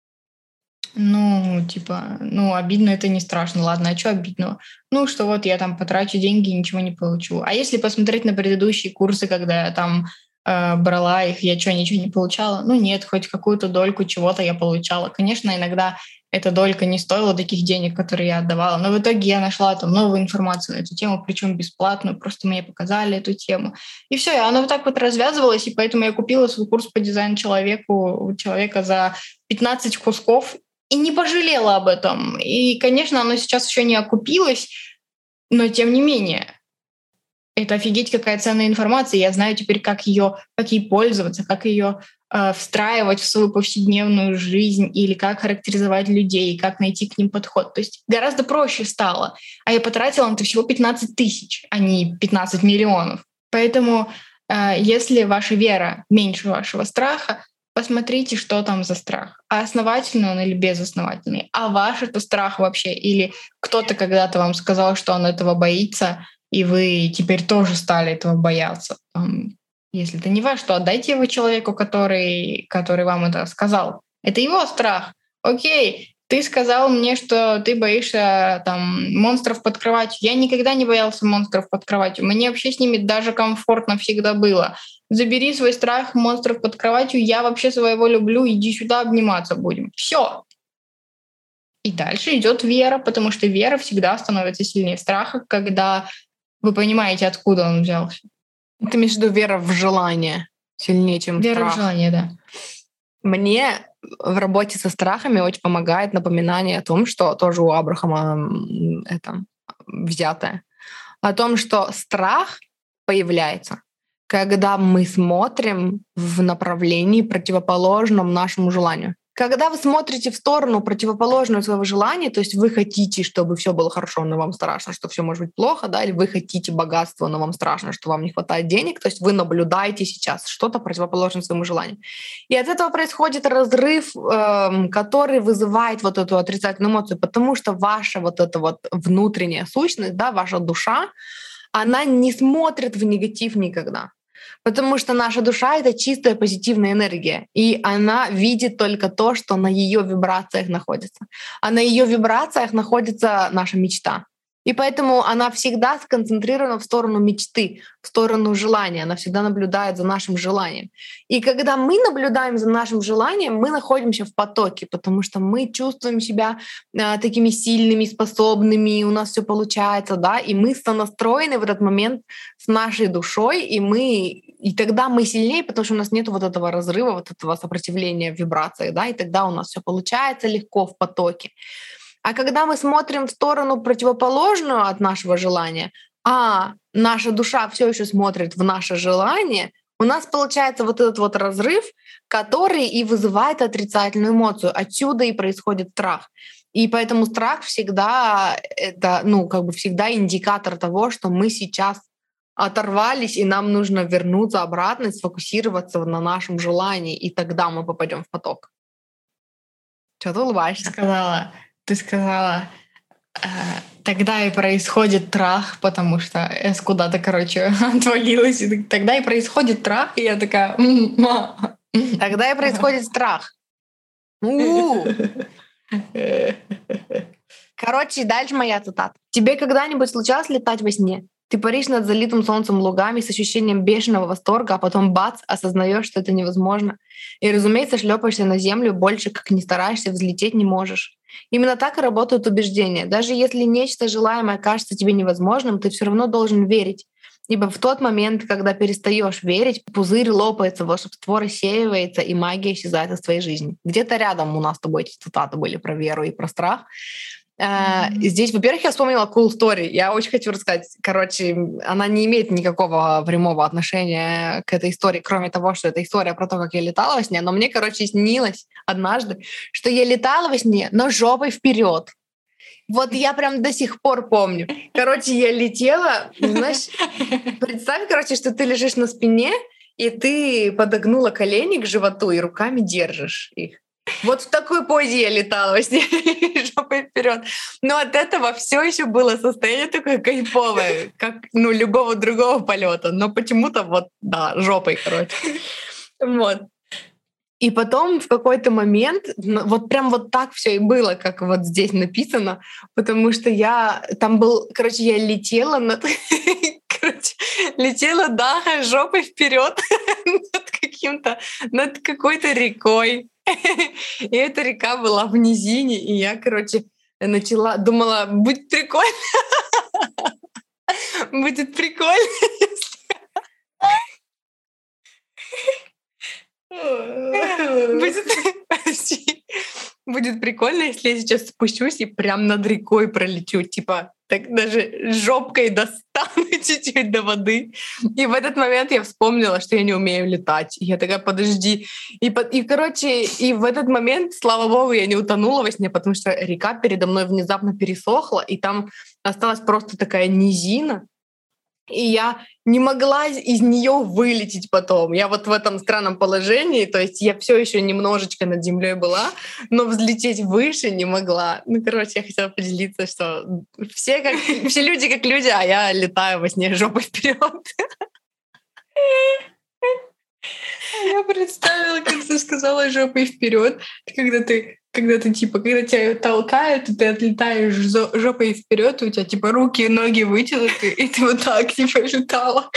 Обидно это не страшно. Ладно, а что обидного? Ну, что вот я там потрачу деньги и ничего не получу. А если посмотреть на предыдущие курсы, когда я там брала их, я что, ничего не получала? Ну нет, хоть какую-то дольку чего-то я получала. Конечно, иногда эта долька не стоила таких денег, которые я отдавала, но в итоге я нашла там новую информацию на эту тему, причем бесплатную, просто мне показали эту тему. И все, и оно вот так вот развязывалось, и поэтому я купила свой курс по дизайну человека за 15 кусков и не пожалела об этом. И, конечно, оно сейчас еще не окупилось, но тем не менее. Это офигеть какая ценная информация. Я знаю теперь, как ей пользоваться, как ее встраивать в свою повседневную жизнь или как характеризовать людей, как найти к ним подход. То есть гораздо проще стало. А я потратила на это всего 15 тысяч, а не 15 миллионов. Поэтому если ваша вера меньше вашего страха, посмотрите, что там за страх. А основательный он или безосновательный? А ваш это страх вообще? Или кто-то когда-то вам сказал, что он этого боится, и вы теперь тоже стали этого бояться? Если это не ваш, то отдайте его человеку, который вам это сказал. Это его страх. Окей, ты сказал мне, что ты боишься монстров под кроватью. Я никогда не боялся монстров под кроватью. Мне вообще с ними даже комфортно всегда было. Забери свой страх монстров под кроватью. Я вообще своего люблю. Иди сюда, обниматься будем. Все. И дальше идет вера, потому что вера всегда становится сильнее страха, когда вы понимаете, откуда он взялся. Ты имеешь в виду вера в желание сильнее, чем вера страх? Вера в желание, да. Мне в работе со страхами очень помогает напоминание о том, что тоже у Абрахама это взятое, о том, что страх появляется, когда мы смотрим в направлении противоположном нашему желанию. Когда вы смотрите в сторону противоположную своего желания, то есть вы хотите, чтобы все было хорошо, но вам страшно, что все может быть плохо, да, или вы хотите богатства, но вам страшно, что вам не хватает денег, то есть вы наблюдаете сейчас что-то противоположное своему желанию. И от этого происходит разрыв, который вызывает вот эту отрицательную эмоцию, потому что ваша вот эта вот внутренняя сущность, да, ваша душа, она не смотрит в негатив никогда. Потому что наша душа — это чистая позитивная энергия, и она видит только то, что на ее вибрациях находится. А на ее вибрациях находится наша мечта. И поэтому она всегда сконцентрирована в сторону мечты, в сторону желания. Она всегда наблюдает за нашим желанием. И когда мы наблюдаем за нашим желанием, мы находимся в потоке, потому что мы чувствуем себя такими сильными, способными, у нас все получается, да, и мы сонастроены в этот момент с нашей душой, и тогда мы сильнее, потому что у нас нет вот этого разрыва, вот этого сопротивления в вибрациях, да, и тогда у нас все получается легко в потоке. А когда мы смотрим в сторону противоположную от нашего желания, а наша душа все еще смотрит в наше желание, у нас получается вот этот вот разрыв, который и вызывает отрицательную эмоцию. Отсюда и происходит страх. И поэтому страх всегда это, всегда индикатор того, что мы сейчас оторвались, и нам нужно вернуться обратно и сфокусироваться на нашем желании, и тогда мы попадем в поток. Что ты улыбаешься? Ты сказала, тогда и происходит трах, потому что С куда-то, отвалилась. И тогда и происходит трах, и я такая... Тогда и происходит страх. Короче, дальше моя цитата. Тебе когда-нибудь случалось летать во сне? Ты паришь над залитым солнцем лугами с ощущением бешеного восторга, а потом бац, осознаешь, что это невозможно. И, разумеется, шлепаешься на землю, больше как ни стараешься, взлететь не можешь. Именно так и работают убеждения. Даже если нечто желаемое кажется тебе невозможным, ты все равно должен верить. Ибо в тот момент, когда перестаешь верить, пузырь лопается, волшебство рассеивается, и магия исчезает из твоей жизни. Где-то рядом у нас с тобой эти цитаты были про веру и про страх. Здесь, во-первых, я вспомнила cool story. Я очень хочу рассказать. Короче, она не имеет никакого прямого отношения к этой истории, кроме того, что это история про то, как я летала во сне. Но мне, снилось однажды, что я летала во сне, но жопой вперед. Вот я прям до сих пор помню. Короче, я летела, знаешь, представь, что ты лежишь на спине, и ты подогнула колени к животу и руками держишь их. Вот в такой позе я летала во сне, жопой вперед. Но от этого все еще было состояние такое кайфовое, как любого другого полета. Но почему-то жопой, Вот. И потом в какой-то момент вот прям вот так все и было, как вот здесь написано, потому что я летела летела, да, жопой вперед над какой-то рекой. И эта река была в низине, и я, думала, будет прикольно. Будет прикольно, Будет прикольно, если я сейчас спущусь и прям над рекой пролечу, так даже жопкой достану чуть-чуть до воды. И в этот момент я вспомнила, что я не умею летать. И я такая, подожди. И в этот момент, слава богу, я не утонула во сне, потому что река передо мной внезапно пересохла, и там осталась просто такая низина. И я не могла из нее вылететь потом. Я вот в этом странном положении, то есть я все еще немножечко над землей была, но взлететь выше не могла. Ну, короче, я хотела поделиться, что все люди как люди, а я летаю во сне жопой вперед. Я представила, как ты сказала жопой вперед, когда тебя толкают, и ты отлетаешь жопой вперед, у тебя типа руки и ноги вытянуты, и ты вот так типа летала.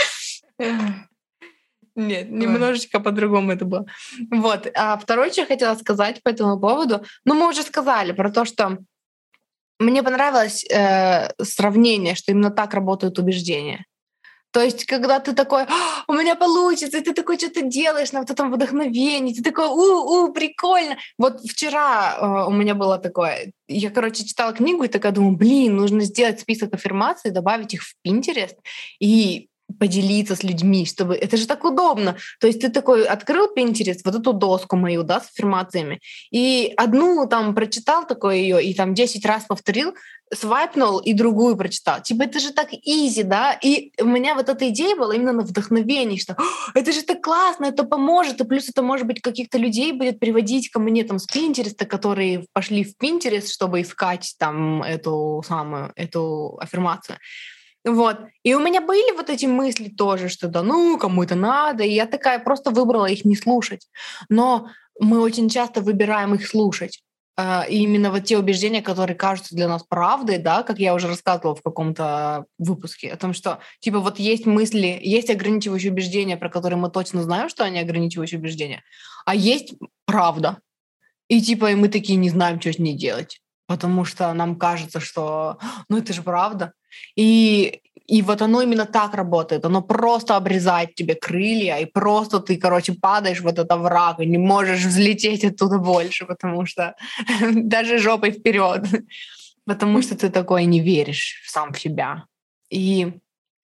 Нет, немножечко по-другому это было. Вот. А второе, что я хотела сказать по этому поводу, мы уже сказали про то, что мне понравилось сравнение, что именно так работают убеждения. То есть, когда ты такой, у меня получится, и ты такой что-то делаешь на вот этом вдохновении, ты такой, прикольно. Вот вчера у меня было такое, я, читала книгу и такая думаю, нужно сделать список аффирмаций, добавить их в Pinterest и поделиться с людьми, чтобы... Это же так удобно. То есть ты такой открыл Pinterest, вот эту доску мою, да, с аффирмациями, и одну там прочитал такое ее, и там 10 раз повторил, свайпнул и другую прочитал. Типа это же так изи, да? И у меня вот эта идея была именно на вдохновении, что это же так классно, это поможет, и плюс это, может быть, каких-то людей будет приводить ко мне там с Pinterest, которые пошли в Pinterest, чтобы искать там эту аффирмацию. Вот. И у меня были вот эти мысли тоже, что да кому это надо, и я такая просто выбрала их не слушать. Но мы очень часто выбираем их слушать. И именно вот те убеждения, которые кажутся для нас правдой, да, как я уже рассказывала в каком-то выпуске, о том, что типа вот есть мысли, есть ограничивающие убеждения, про которые мы точно знаем, что они ограничивающие убеждения, а есть правда. И типа и мы такие не знаем, что с ней делать, потому что нам кажется, что это же правда. И вот оно именно так работает. Оно просто обрезает тебе крылья, и просто ты, падаешь в этот овраг и не можешь взлететь оттуда больше, потому что даже жопой вперед, потому что ты такой не веришь сам в себя. И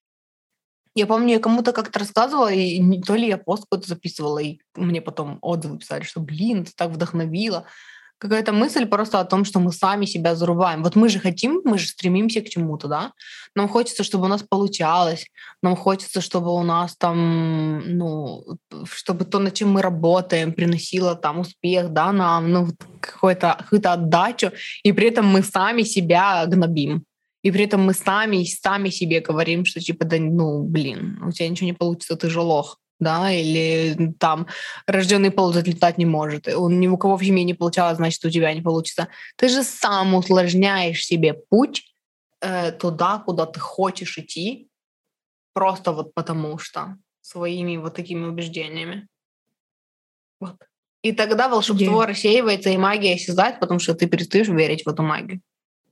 я помню, я кому-то как-то рассказывала, и то ли я пост какой-то записывала, и мне потом отзывы писали, что, ты так вдохновила. Какая-то мысль просто о том, что мы сами себя зарубаем. Вот мы же стремимся к чему-то, да? Нам хочется, чтобы у нас получалось, нам хочется, чтобы у нас там, чтобы то, над чем мы работаем, приносило там успех, да, нам, какую-то отдачу, и при этом мы сами себя гнобим. И при этом мы сами себе говорим, что типа, у тебя ничего не получится, ты же лох. Да, или там рожденный ползать летать не может. Он ни у кого в семье не получалось, значит, у тебя не получится. Ты же сам усложняешь себе путь туда, куда ты хочешь идти, просто вот потому что своими вот такими убеждениями. Вот. И тогда волшебство рассеивается, и магия исчезает, потому что ты перестаешь верить в эту магию.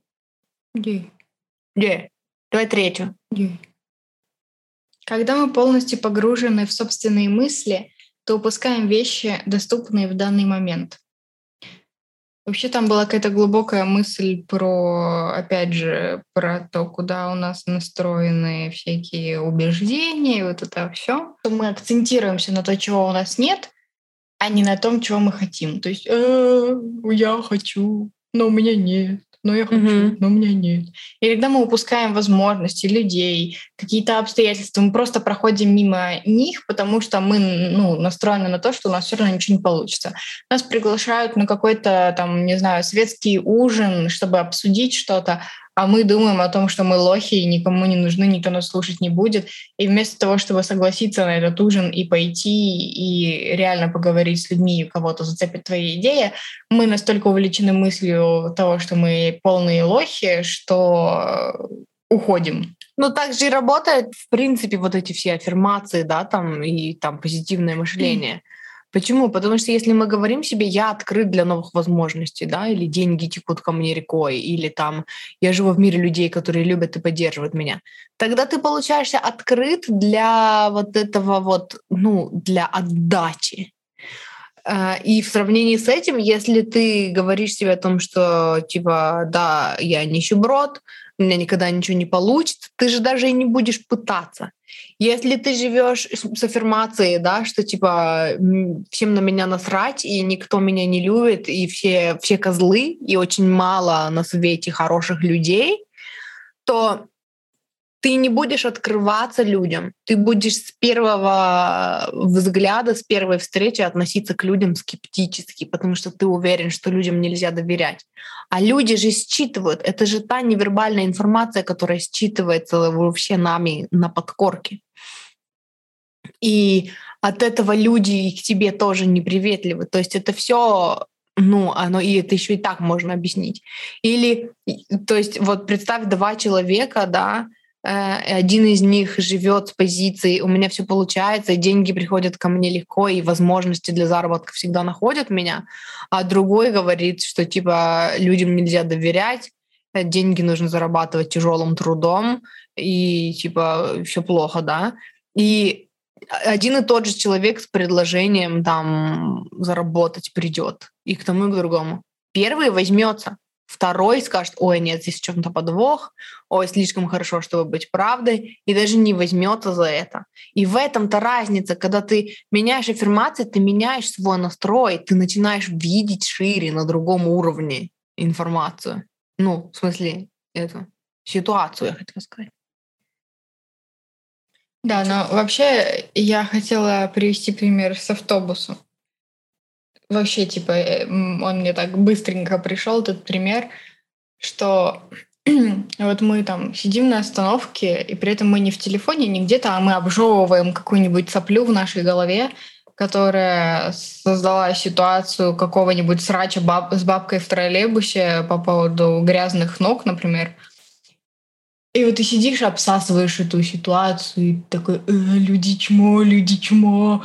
Давай третью. Когда мы полностью погружены в собственные мысли, то упускаем вещи, доступные в данный момент. Вообще там была какая-то глубокая мысль опять же, про то, куда у нас настроены всякие убеждения, вот это все. Мы акцентируемся на то, чего у нас нет, а не на том, чего мы хотим. То есть я хочу, но у меня нет. Но я хочу, но у меня нет. И когда мы упускаем возможности людей, какие-то обстоятельства, мы просто проходим мимо них, потому что мы настроены на то, что у нас все равно ничего не получится. Нас приглашают на какой-то там, не знаю, светский ужин, чтобы обсудить что-то, а мы думаем о том, что мы лохи и никому не нужны, никто нас слушать не будет. И вместо того, чтобы согласиться на этот ужин и пойти и реально поговорить с людьми, у кого-то зацепит твои идеи, мы настолько увлечены мыслью того, что мы полные лохи, что уходим. Так же и работает, в принципе, вот эти все аффирмации, да, там, и там позитивное мышление. Почему? Потому что если мы говорим себе, я открыт для новых возможностей, да, или деньги текут ко мне рекой, или там я живу в мире людей, которые любят и поддерживают меня, тогда ты получаешься открыт для вот этого вот, для отдачи. И в сравнении с этим, если ты говоришь себе о том, что типа, да, я нищеброд, у меня никогда ничего не получится, ты же даже и не будешь пытаться. Если ты живешь с аффирмацией, да, что типа всем на меня насрать, и никто меня не любит, и все козлы, и очень мало на свете хороших людей, то ты не будешь открываться людям, ты будешь с первого взгляда, с первой встречи относиться к людям скептически, потому что ты уверен, что людям нельзя доверять. А люди же считывают, это же та невербальная информация, которая считывается вообще нами на подкорке. И от этого люди к тебе тоже неприветливы. То есть это все, оно и это еще и так можно объяснить. Или, то есть вот представь 2 человека, да, один из них живет с позиции «у меня все получается, и деньги приходят ко мне легко, и возможности для заработка всегда находят меня», а другой говорит, что типа людям нельзя доверять, деньги нужно зарабатывать тяжелым трудом, и типа все плохо, да. И один и тот же человек с предложением там заработать придет и к тому, и к другому. Первый возьмется, второй скажет: ой, нет, здесь в чем-то подвох, ой, слишком хорошо, чтобы быть правдой, и даже не возьмется за это. И в этом-то разница, когда ты меняешь аффирмации, ты меняешь свой настрой, ты начинаешь видеть шире на другом уровне информацию. В смысле, эту ситуацию, я хотела сказать. Да, но вообще я хотела привести пример с автобусом. Вообще, типа, он мне так быстренько пришел, этот пример, что вот мы там сидим на остановке, и при этом мы не в телефоне, не где-то, а мы обжевываем какую-нибудь соплю в нашей голове, которая создала ситуацию какого-нибудь срача с бабкой в троллейбусе по поводу грязных ног, например. И вот ты сидишь, обсасываешь эту ситуацию, и такой: люди чмо,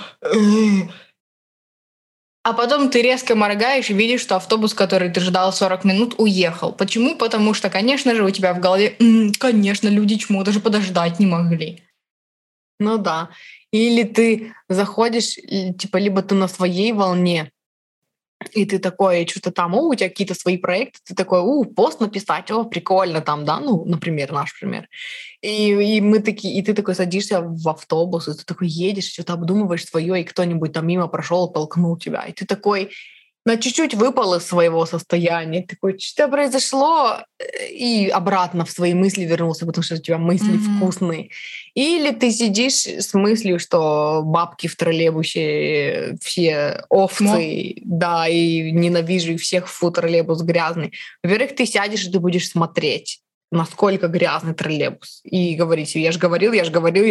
А потом ты резко моргаешь и видишь, что автобус, который ты ждал 40 минут, уехал. Почему? Потому что, конечно же, у тебя в голове: конечно, люди чмо, даже подождать не могли. Ну да. Или ты заходишь, типа, либо ты на своей волне, и ты такой, что-то там, у тебя какие-то свои проекты, ты такой, пост написать, прикольно там, да, например, наш пример. И мы такие, и ты такой садишься в автобус, и ты такой едешь, что-то обдумываешь свое, и кто-нибудь там мимо прошел, толкнул тебя, и ты такой на чуть-чуть выпал из своего состояния, такой, что произошло, и обратно в свои мысли вернулся, потому что у тебя мысли вкусные. Или ты сидишь с мыслью, что бабки в троллейбусе все овцы, да, и ненавижу их всех, фу, троллейбус грязный. Во-первых, ты сядешь, и ты будешь смотреть, насколько грязный троллейбус. И говорить себе: я же говорил, вот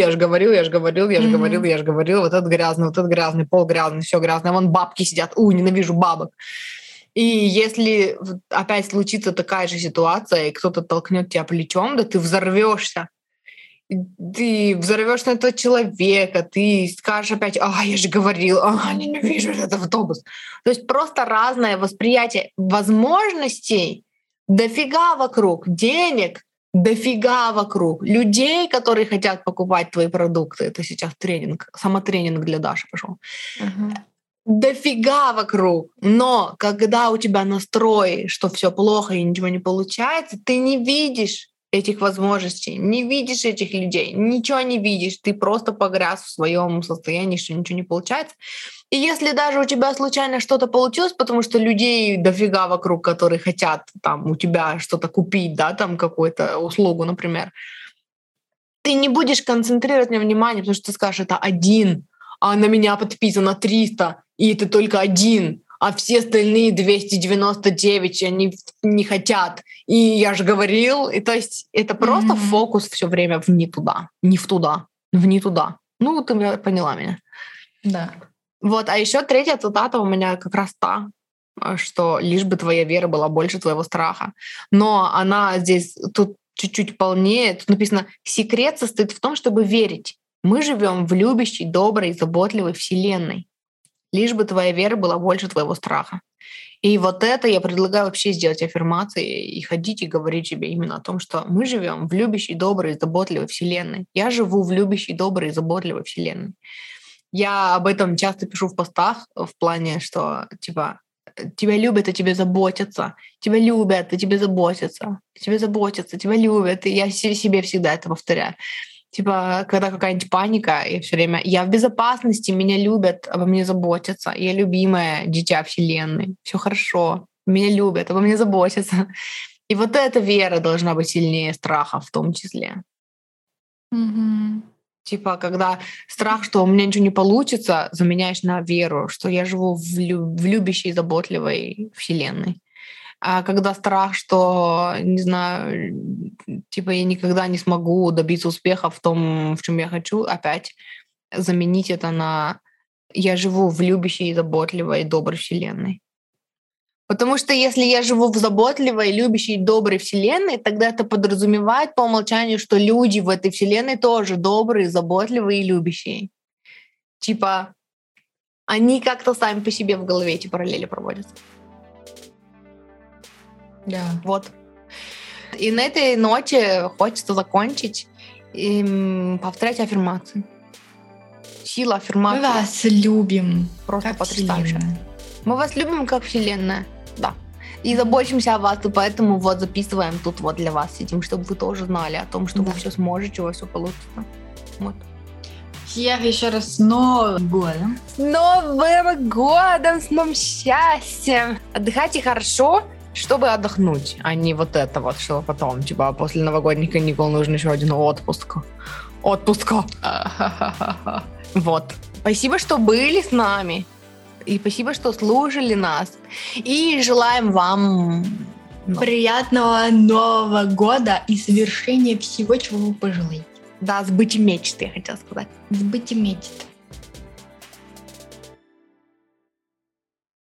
этот грязный, пол грязный, все грязное, вон бабки сидят, ненавижу бабок. И если опять случится такая же ситуация, и кто-то толкнет тебя плечом, да ты взорвешься. Ты взорвешь на этого человека, ты скажешь опять: я же говорил, ненавижу этот автобус. То есть просто разное восприятие возможностей. Дофига вокруг, денег дофига вокруг, людей, которые хотят покупать твои продукты. Это сейчас тренинг, самотренинг для Даши пошел. Дофига вокруг. Но когда у тебя настрой, что все плохо и ничего не получается, ты не видишь этих возможностей, не видишь этих людей, ничего не видишь, ты просто погряз в своем состоянии, что ничего не получается. И если даже у тебя случайно что-то получилось, потому что людей дофига вокруг, которые хотят там у тебя что-то купить, да, там какую-то услугу, например, ты не будешь концентрировать на внимание, потому что ты скажешь: это один, а на меня подписано 300, и это только один, а все остальные 299, они не хотят. И я же говорил, и то есть это просто фокус все время в не туда, не в туда, в не туда. Ты поняла меня. Да. Вот, а еще третья цитата у меня как раз та, что лишь бы твоя вера была больше твоего страха. Но она здесь тут чуть-чуть полнее. Тут написано: секрет состоит в том, чтобы верить. Мы живем в любящей, доброй, заботливой вселенной. Лишь бы твоя вера была больше твоего страха. И вот это я предлагаю вообще сделать аффирмации и ходить и говорить себе именно о том, что мы живем в любящей, доброй, заботливой вселенной. Я живу в любящей, доброй, заботливой вселенной. Я об этом часто пишу в постах в плане, что типа тебя любят, о тебе заботятся. Тебя любят, о тебе заботятся. Тебя любят. И я себе всегда это повторяю. Типа, когда какая-нибудь паника, и все время я в безопасности, меня любят, обо мне заботятся. Я любимое дитя Вселенной. Все хорошо. Меня любят, обо мне заботятся. И вот эта вера должна быть сильнее страха в том числе. Мгм. Типа, когда страх, что у меня ничего не получится, заменяешь на веру, что я живу в любящей, заботливой вселенной. А когда страх, что, не знаю, типа, я никогда не смогу добиться успеха в том, в чем я хочу, опять заменить это на я живу в любящей, заботливой, доброй вселенной. Потому что если я живу в заботливой, любящей, доброй вселенной, тогда это подразумевает по умолчанию, что люди в этой вселенной тоже добрые, заботливые и любящие. Типа, они как-то сами по себе в голове эти параллели проводят. Да. Вот. И на этой ноте хочется закончить и повторять аффирмации. Сила Мы аффирмации вас любим. просто Как потрясающая. вселенная. Мы вас любим как вселенная, да. И заботимся о вас, и поэтому вот записываем тут вот для вас сидим, чтобы вы тоже знали о том, что Да. вы все сможете, у вас все получится. Вот. Всех еще раз с Новым годом. С Новым годом, с новым счастьем! Отдыхайте хорошо, чтобы отдохнуть, а не вот это вот, что потом, типа, после новогодних каникул нужен еще один отпуск. Отпуска. Вот. Спасибо, что были с нами. И спасибо, что слушали нас. И желаем вам Приятного Нового года и совершения всего, чего вы пожелаете. да, сбыть мечты, я хотела сказать. Сбыть мечт.